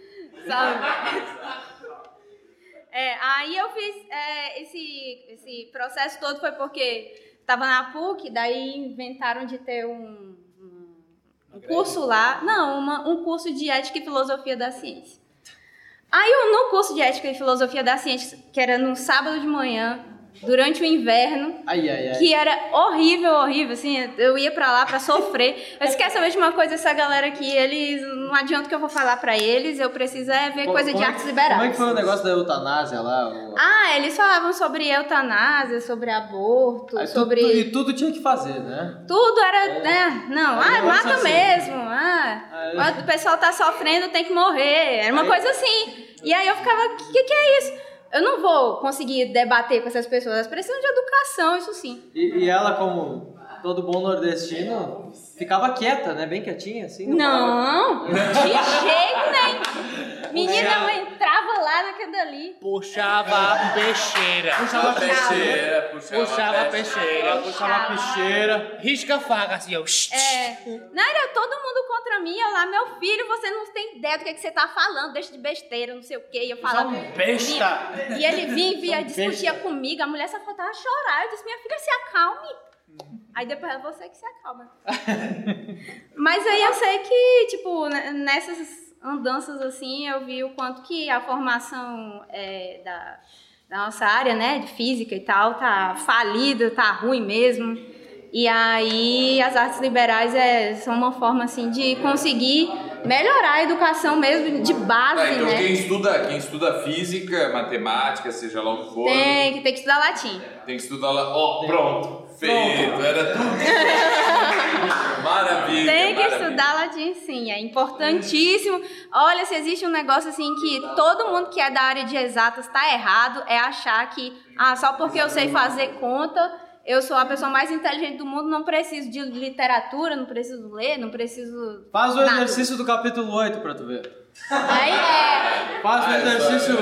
Aí eu fiz esse processo todo foi porque estava na PUC, daí inventaram de ter um curso lá, um curso de Ética e Filosofia da Ciência. Aí no curso de Ética e Filosofia da Ciência, que era no sábado de manhã, durante o inverno, que era horrível, assim, eu ia pra lá pra sofrer. Eu esqueço de uma coisa, essa galera aqui, eles, não adianta que eu vou falar pra eles, eu preciso ver coisa de artes liberais. Como é que foi o negócio da eutanásia lá? Eles falavam sobre eutanásia, sobre aborto, sobre... E tudo tinha que fazer, né? Tudo era, mata assim. Mesmo, o pessoal tá sofrendo, tem que morrer, era uma coisa assim. E aí eu ficava, o que é isso? Eu não vou conseguir debater com essas pessoas, elas precisam de educação, isso sim. E ela, como todo bom nordestino, ficava quieta, né? Bem quietinha, assim. Não, de jeito nenhum. Menina, eu entrava lá naquele dali. Puxava a peixeira. Puxava a peixeira. Puxava a peixeira. Puxava a peixeira. Risca a faca assim, ó. Não, era todo mundo contra mim. Eu lá, meu filho, você não tem ideia do que você tá falando, deixa de besteira, não sei o quê. E eu falava. Besta. E ele vinha, discutia comigo, a mulher só faltava chorar. Eu disse, minha filha, se acalme. Aí depois é você que se acalma. Mas aí eu sei que, tipo, nessas andanças assim, eu vi o quanto que a formação da nossa área, né, de física e tal, tá falida, tá ruim mesmo. E aí as artes liberais são uma forma assim de conseguir melhorar a educação mesmo de base, então né? quem estuda física, matemática, seja lá o que for... Tem que estudar latim. Tem que estudar lá... Ó, pronto. Feito. Era tudo. Maravilha. Tem que estudar latim, sim. É importantíssimo. Olha, se existe um negócio assim que todo mundo que é da área de exatas tá errado, é achar que só porque eu sei fazer conta, eu sou a pessoa mais inteligente do mundo, não preciso de literatura, não preciso ler, não preciso... Faz o exercício do capítulo 8 pra tu ver. Aí Faz o exercício...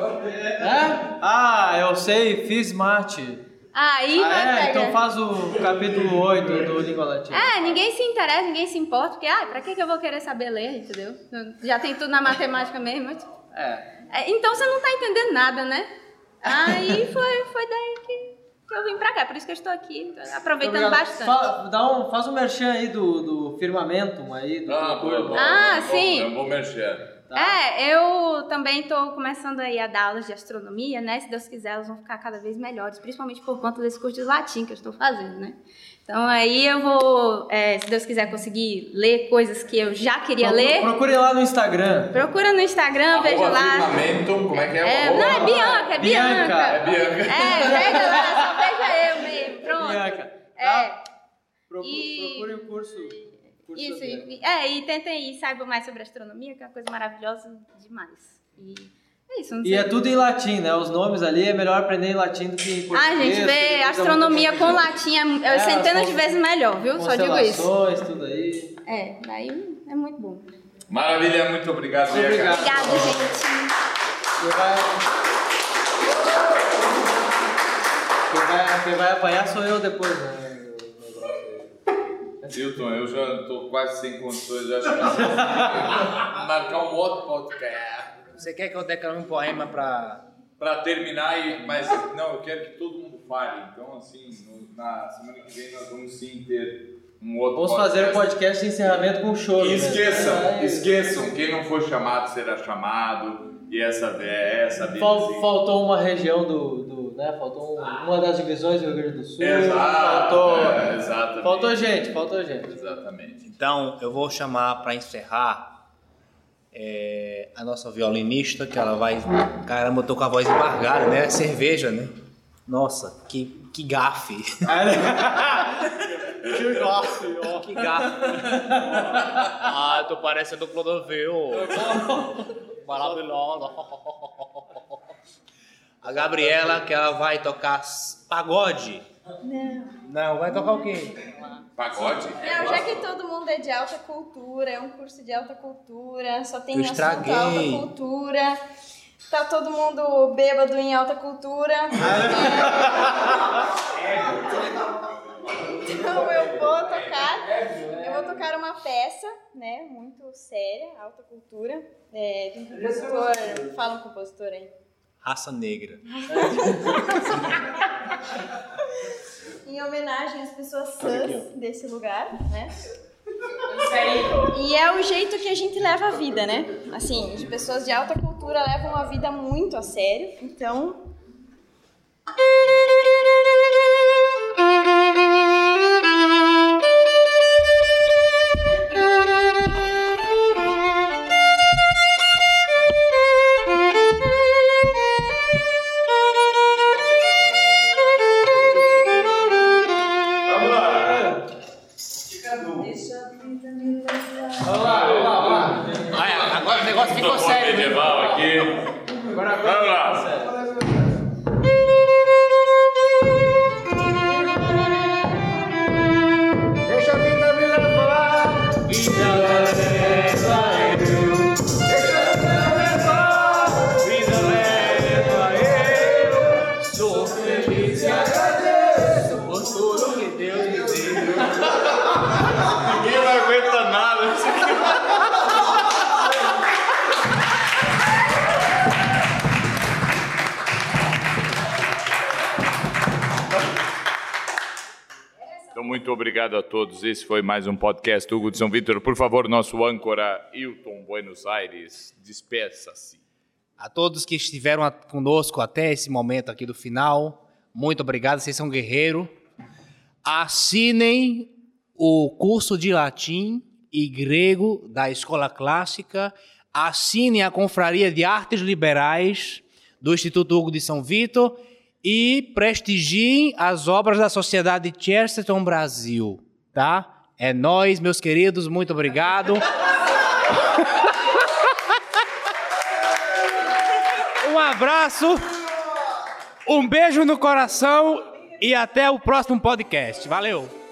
eu sei, fiz mate. Aí vai pegar. Então faz o capítulo 8 do Língua Latina. Ninguém se interessa, ninguém se importa, porque, pra que eu vou querer saber ler, entendeu? Já tem tudo na matemática mesmo. Então você não tá entendendo nada, né? Aí foi daí que eu vim pra cá, por isso que eu estou aqui, aproveitando bastante. Faz um merchan aí do Firmamentum aí, do bom, sim. É um bom merchan. Eu também estou começando aí a dar aulas de astronomia, né? Se Deus quiser, elas vão ficar cada vez melhores, principalmente por conta desse curso de latim que eu estou fazendo, né? Então aí eu vou, se Deus quiser, conseguir ler coisas que eu já queria ler. Procure lá no Instagram. Procura no Instagram, veja lá. Firmamentum, como é que é? Não, é Bianca, é Bianca. É Bianca. Veja lá, só veja eu mesmo, pronto. Bianca. Procure o curso. Isso, e tentem ir, saibam mais sobre astronomia, que é uma coisa maravilhosa demais. E é isso, não sei. E é tudo em latim, né? Os nomes ali é melhor aprender em latim do que em português. Gente, ver astronomia com latim é centenas de vezes melhor, viu? Só digo isso. Constelações, tudo aí. Daí é muito bom. Maravilha, muito obrigado. Obrigado, gente. Quem vai apanhar sou eu depois, né? Hilton, eu já estou quase sem condições, eu acho que vou marcar um outro podcast. Você quer que eu declame um poema para terminar, mas não, eu quero que todo mundo fale. Então, assim, na semana que vem nós vamos sim ter um outro podcast. Vamos fazer um podcast de encerramento com choro. E esqueçam, quem não for chamado será chamado. E essa faltou uma região né? Faltou uma das divisões do Rio Grande do Sul. Exatamente. Faltou gente. Exatamente. Então, eu vou chamar para encerrar a nossa violinista, que ela vai... Caramba, eu tô com a voz embargada, né? Cerveja, né? Nossa, que gafe. Que gafe, ó. Que gafe. Eu tô parecendo o Clodovil. Maravilhosa. A Gabriela, que ela vai tocar pagode. Não, vai tocar o quê? Pagode? Não, já que todo mundo é de alta cultura, é um curso de alta cultura, só tem assunto estraguei. alta cultura, tá todo mundo bêbado em alta cultura. Então eu vou tocar uma peça, né, muito séria, alta cultura, de um compositor, fala um compositor aí. Raça Negra. Em homenagem às pessoas sãs desse lugar, né? E é o jeito que a gente leva a vida, né? Assim, as pessoas de alta cultura levam a vida muito a sério, então... Agora o negócio ficou sério. Medieval aqui. Vamos lá. Deixa a vida me levar, vida leva eu. Deixa a vida me levar, vida Então, muito obrigado a todos. Esse foi mais um podcast Hugo de São Vítor. Por favor, nosso âncora Hilton Buenos Aires, despeça-se. A todos que estiveram conosco até esse momento aqui do final, muito obrigado, vocês são guerreiros. Assinem o curso de latim e grego da Escola Clássica, assinem a Confraria de Artes Liberais do Instituto Hugo de São Vítor e prestigiem as obras da Sociedade Chesterton Brasil, tá? É nóis, meus queridos, muito obrigado. Um abraço, um beijo no coração e até o próximo podcast. Valeu!